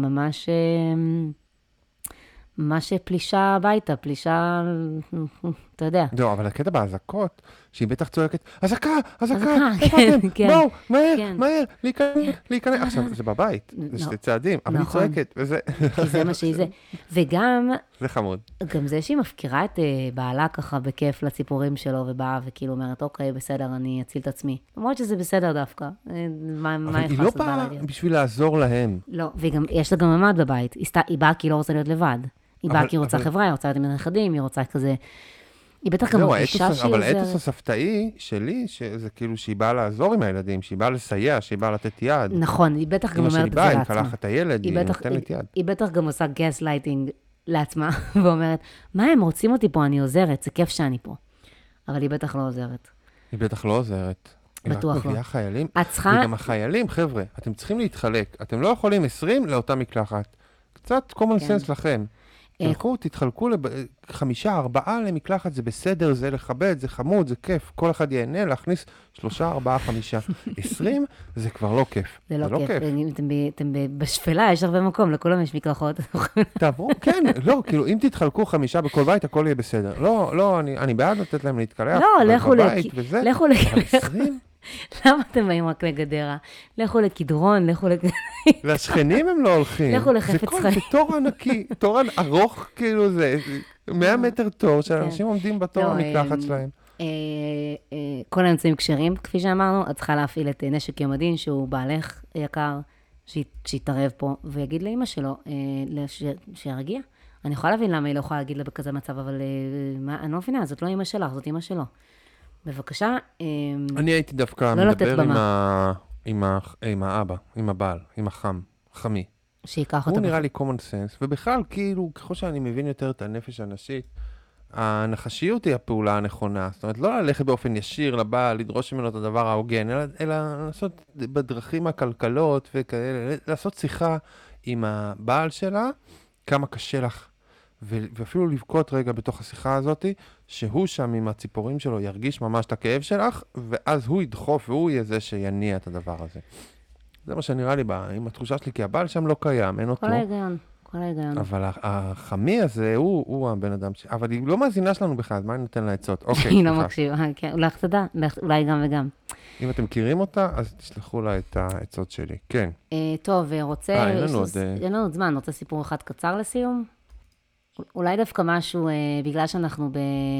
ממש פלישה הביתה, פלישה, אתה יודע. לא, אבל הקטע בהזקות, שהיא בטח צועקת, הזקה, כן, בואו, מהר, להיכנס. עכשיו, זה בבית, זה שתי צעדים, אבל היא צועקת, וזה... כי זה מה שהיא זה. וגם... זה חמוד. גם זה שהיא מפקירה את בעלה ככה בכיף לציפורים שלו, ובאה וכאילו אומרת, אוקיי, בסדר, אני אציל את עצמי. למרות שזה בסדר דווקא. אבל היא לא באה בשביל לעזור להם. לא, ויש לה גם ממ"ד בבית. היא באה כי היא לא רוצה להיות לבד. היא באה כי היא רוצה חברה, היא רוצה להיות עם הנכדים, היא רוצה כזה... היא בטח גם מרגישה שהיא אבל עוזרת. האתוס הסבתאי שלי, שזה כאילו שהיא באה לעזור עם הילדים, שהיא באה לסייע, שהיא באה לתת יד. נכון, היא בטח גם אמא שלי אומרת את זה באה, היא לעצמה. מקלחת את הילד, היא נותנת יד. היא בטח גם עושה גס לייטינג לעצמה, ואומרת, מה הם רוצים אותי פה, אני עוזרת, זה כיף שאני פה. אבל היא בטח לא עוזרת. היא בטח לא עוזרת. בטוח היא לא. רק מביאה חיילים. את צריכה... וגם החיילים, חבר'ה, אתם צריכים להתחלק. אתם לא יכולים 20 לאותה מקלחת. קצת common sense לכם. תתחלקו 5-4 למקלחת, זה בסדר, זה לכבד, זה חמוד, זה כיף. כל אחד ייהנה להכניס 3, 4, 5. 20 זה כבר לא כיף. זה לא כיף. אתם בשפלה, יש הרבה מקום, לכולם יש מקלחות. תעברו, כן, לא, כאילו, אם תתחלקו 5 בכל בית, הכל יהיה בסדר. לא, אני בעד לתת להם להתקלח בבית וזה, אבל 20? למה אתם באים רק לגדרה? לכו לכדרון, לכו לשכנים הם לא הולכים. לכו לחפץ חיים. זה תור ענקי, תור ארוך, כאילו זה 100 מטר תור, שאנשים עומדים בתור המקלחת שלהם. כל האמצעים כשרים, כפי שאמרנו, את צריכה להפעיל את נשק יום הדין, שהוא בעלך יקר, שיתערב פה, ויגיד לאמא שלו, שירגיע. אני יכולה להבין למה היא לא יכולה להגיד לה בכזה מצב, אבל אני לא מבינה, זאת לא אמא שלך, זאת אמא שלו. בבקשה. אני הייתי דווקא מדבר עם האבא, עם הבעל, עם חמי. שיקח אותו. הוא נראה לי common sense, ובכלל, כאילו, ככל שאני מבין יותר את הנפש הנשית, הנחשיות היא הפעולה הנכונה. זאת אומרת, לא ללכת באופן ישיר לבעל, לדרוש ממנו את הדבר ההוגן, אלא לעשות בדרכים הכלכלות וכאלה, לעשות שיחה עם הבעל שלה, כמה קשה לך. ואפילו לבכות רגע בתוך השיחה הזאת, שהוא שם עם הציפורים שלו ירגיש ממש את הכאב שלך, ואז הוא ידחוף והוא יהיה זה שיניע את הדבר הזה. זה מה שנראה לי עם התחושה שלי, כי הבעל שם לא קיים, אין אותו. כל ההיגיון. אבל החמי הזה, הוא הבן אדם אבל היא לא מאזינה שלנו בכלל, אז מה אני נותן לה עצות? אוקיי, היא לא מקשיבה, אולי לך תדע, אולי גם וגם. אם אתם מכירים אותה, אז תשלחו לה את העצות שלי, כן. טוב, אין לנו זמן, רוצה סיפור אחד קצר לסיום? אולי דווקא משהו, בגלל שאנחנו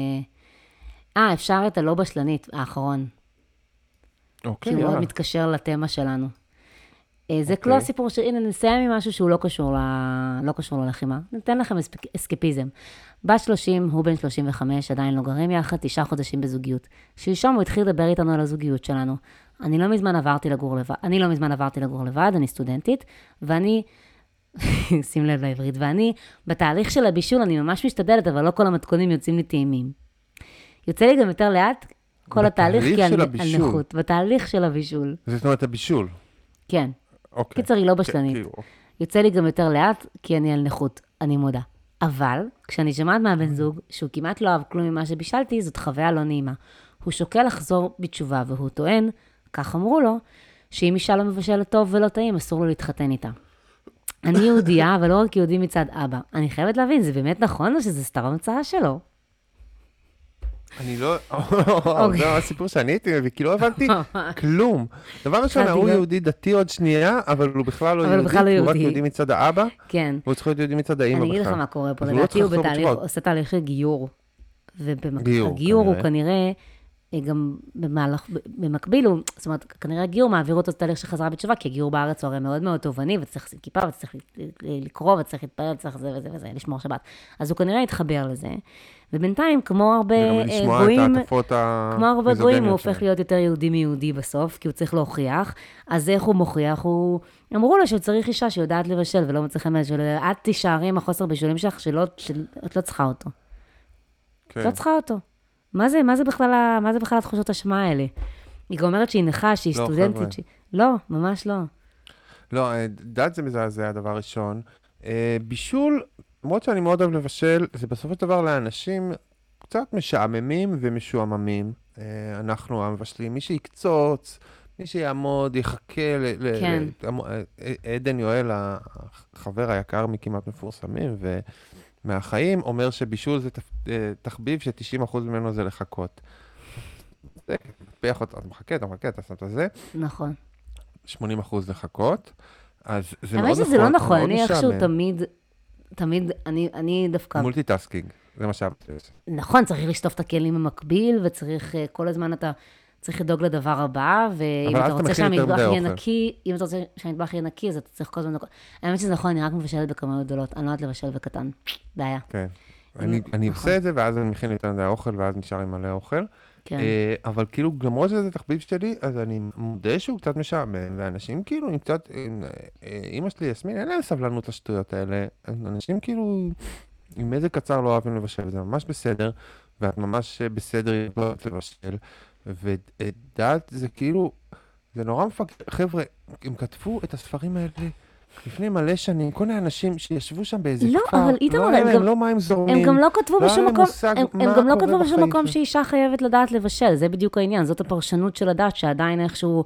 אפשר את הלא בשלנית, האחרון. אוקיי, כי הוא מאוד מתקשר לתמה שלנו. זה לא הסיפור הנה, נסיים עם משהו שהוא לא קשור ללחימה. ניתן לכם אסקפיזם. בת 30, הוא בן 35, עדיין לא גרים יחד, 9 חודשים בזוגיות. שלשום הוא התחיל לדבר איתנו על הזוגיות שלנו. אני לא מזמן עברתי לגור לבד, אני סטודנטית, ואני... שים לב לעברית, ואני, בתהליך של הבישול, אני ממש משתדלת, אבל לא כל המתכונים יוצאים לי טעימים. יוצא לי גם יותר לאט, כל התהליך כי על נכות, בתהליך של הבישול. זאת אומרת, הבישול. כן. אוקיי. קיצר, היא לא בשלנית. יוצא לי גם יותר לאט, כי אני על נכות, אני מודה. אבל, כשאני שמעת מהבן זוג, שהוא כמעט לא אהב כלום ממה שבישלתי, זאת חוויה לא נעימה. הוא שוקל לחזור בתשובה, והוא טוען, כך אמרו לו, שאם אישה לא מבשלת טוב ולא טעים, אסור לו להתחתן איתה. אני יהודייה, אבל לא רק יהודי מצד אבא. אני חייבת להבין, זה באמת נכון או שזה סתם המצאה שלו? אני לא... זה הסיפור שאני הייתי מביא, כי לא הבנתי כלום. דבר ראשון, הוא יהודי דתי עוד שנייה, אבל הוא בכלל לא יהודי, הוא רק יהודי מצד האבא, כן. והוא צריך להיות יהודי מצד האמא בכלל. אני אגיד לך מה קורה פה, לדעתי הוא עושה תהליך גיור, ובגיור הוא כנראה... גם במקביל, זאת אומרת, כנראה הגיור מעביר אותו תהליך של חזרה בתשובה, כי הגיור בארץ הוא הרי מאוד מאוד תובעני, וצריך לשים כיפה, וצריך לקרוא, וצריך להתפלל, וצריך זה וזה וזה, לשמור שבת. אז הוא כנראה יתחבר לזה, ובינתיים, כמו הרבה גויים, הוא הופך להיות יותר יהודי מיהודי בסוף, כי הוא צריך להוכיח, אז איך הוא מוכיח? אמרו לו שהוא צריך אישה שיודעת לבשל, ולא מצליחה לבשל, את תישארי עם החוסר בישולים שלך, שאת לא צריכה אותו. לא צריכה אותו. מה זה בכלל התחושות השמה האלה? היא גם אומרת שהיא נכה, שהיא סטודנטית. לא, ממש לא. לא, דת זה מזעזע, הדבר ראשון. בישול, למרות שאני מאוד אוהב לבשל, זה בסופו של דבר לאנשים קצת משעממים ומשועממים. אנחנו המבשלים, מי שיקצוץ, מי שיעמוד, יחכה עדן יואל, החבר היקר מכמעט מפורסמים, מהחיים, אומר שבישול זה תחביב ש90% ממנו זה לחכות. זה, תפייח אותה, אתה מחכה, אתה שם את זה. נכון. 80% לחכות, אז זה מאוד נכון. האמת שזה לא נכון, אני איכשהו תמיד, אני דווקא... מולטיטאסקינג, זה מה שאהבתי. נכון, צריך לשטוף את הכלים במקביל, וצריך כל הזמן אתה צריך לדאוג לדבר הבא, ואם אתה רוצה שהמטבח יהיה נקי, אז אתה צריך כל הזמן... האמת שזה נכון, אני רק מבשלת בכמויות גדולות, אני לא יודעת לבשל בקטן, בעיה. כן. אני עושה את זה, ואז אני מכין יותר מדי האוכל, ואז נשאר עם מלא אוכל. כן. אבל כאילו, למרות שזה תחביב שלי, אז אני מודה שהוא קצת משעמם, ואנשים כאילו, עם קצת, אמא שלי, יסמין, אין להם סבלנות לשטויות האלה. אנשים כאילו, עם מזג קצר לא אוהבים לבשל, וזה ממש בסדר, ואת ממש בסדר לבשל, ודעת זה כאילו, זה נורא מפגר. חבר'ה, הם כתבו את הספרים האלה לפני מלא שנים, כל מיני אנשים שישבו שם באיזה כפר, אבל איתמר, לא היה להם לא מים זורמים, הם גם לא כתבו בשום מקום, הם גם לא כתבו בשום בחיים מקום שלהם. שאישה חייבת לדעת לבשל, זה בדיוק העניין, זאת הפרשנות של הדת, שעדיין איכשהו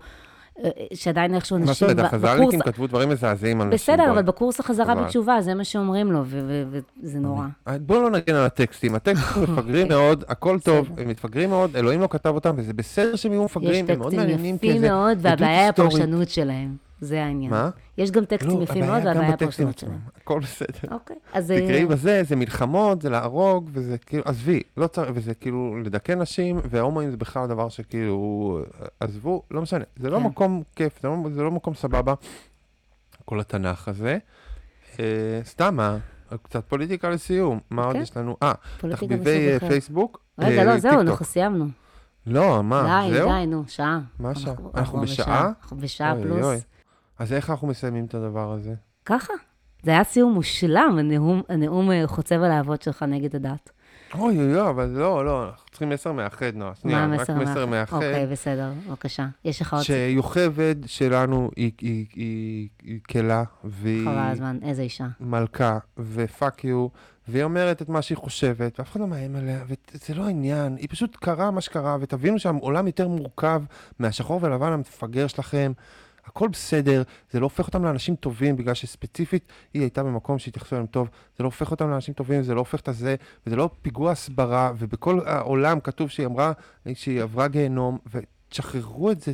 מה נשים, זאת אומרת, החז"ליקים כתבו דברים מזעזעים על נשים. בסדר, אבל בקורס החזרה אבל- בתשובה, זה מה שאומרים לו, וזה נורא. בואו לא נגן על הטקסטים, הטקסטים מפגרים מאוד, הכל טוב, הם מתפגרים מאוד, אלוהים לא כתב אותם, וזה בסדר שהם יהיו יש מפגרים, הם מאוד טקסטים מעניינים יפים כאיזה מאוד, עדות והבעיה היא היסטורית. הפרשנות שלהם, זה העניין. מה? יש גם טקסטים לא, יפים מאוד, הבעיה והבעיה גם היא בטקסטים הפרשנות עצמם, שלהם. הכל בסדר. אוקיי, אז... תקראי בזה, זה מלחמות, זה להרוג, וזה כאילו, עזבי, לא צריך, וזה כאילו לדכא נשים, וההומואים זה בכלל דבר שכאילו, עזבו, לא משנה, זה לא כן. מקום כיף, זה לא מקום סבבה, כל התנ"ך הזה. סתם, קצת פוליטיקה לסיום, מה עוד אוקיי. יש לנו? פוליטיקה תחביבי מסוג אחר. פייסבוק, רגע, לא, זהו, טיקטוק. אנחנו סיימנו. לא, מה, זהו? די, נו, שעה. מה השעה? אנחנו אנחנו בשעה? אנחנו בשעה אוי, פלוס. אוי. אז איך אנחנו מסיימים את הדבר הזה? ככה. זה היה סיום מושלם, הנאום חוצב הלהבות שלך נגד הדת. אוי, אוי, אוי, אבל לא, אנחנו צריכים מסר מאחד, נועה. שנייה, מה רק המסר מסר מאחד. אוקיי, בסדר, בבקשה. יש לך עוד... שיוכבד שלנו היא כלה, והיא חבל הזמן, איזה אישה. מלכה, ופאק יו, והיא אומרת את מה שהיא חושבת, ואף אחד לא מאיים עליה, וזה לא העניין, היא פשוט קרה מה שקרה, ותבינו שהעולם יותר מורכב מהשחור ולבן המפגר שלכם, הכל בסדר, זה לא הופך אותם לאנשים טובים, בגלל שספציפית היא הייתה במקום שהתייחסו אליהם טוב, זה לא הופך אותם לאנשים טובים, זה לא הופך את הזה, וזה לא פיגוע הסברה, ובכל העולם כתוב שהיא אמרה שהיא עברה גיהנום, ותשחררו את זה,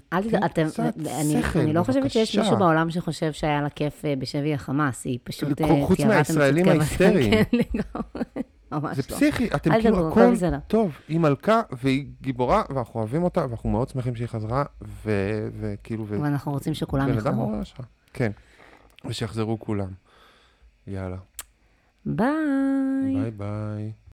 אני לא חושבת שיש מישהו בעולם שחושב שהיה לה כיף בשבי החמאס, היא פשוט... חוץ מהישראלים ההיסטריים. כן, לגמרי. ממש זה לא. פסיכי, אתם אל כאילו תדברו, הכל הכל בסדר. טוב, היא מלכה והיא גיבורה, ואנחנו אוהבים אותה, ואנחנו מאוד שמחים שהיא חזרה, וכאילו... ואנחנו רוצים שכולם בן אדם יחזרו. מעורר השראה. כן, ושיחזרו כולם. יאללה. ביי. ביי ביי.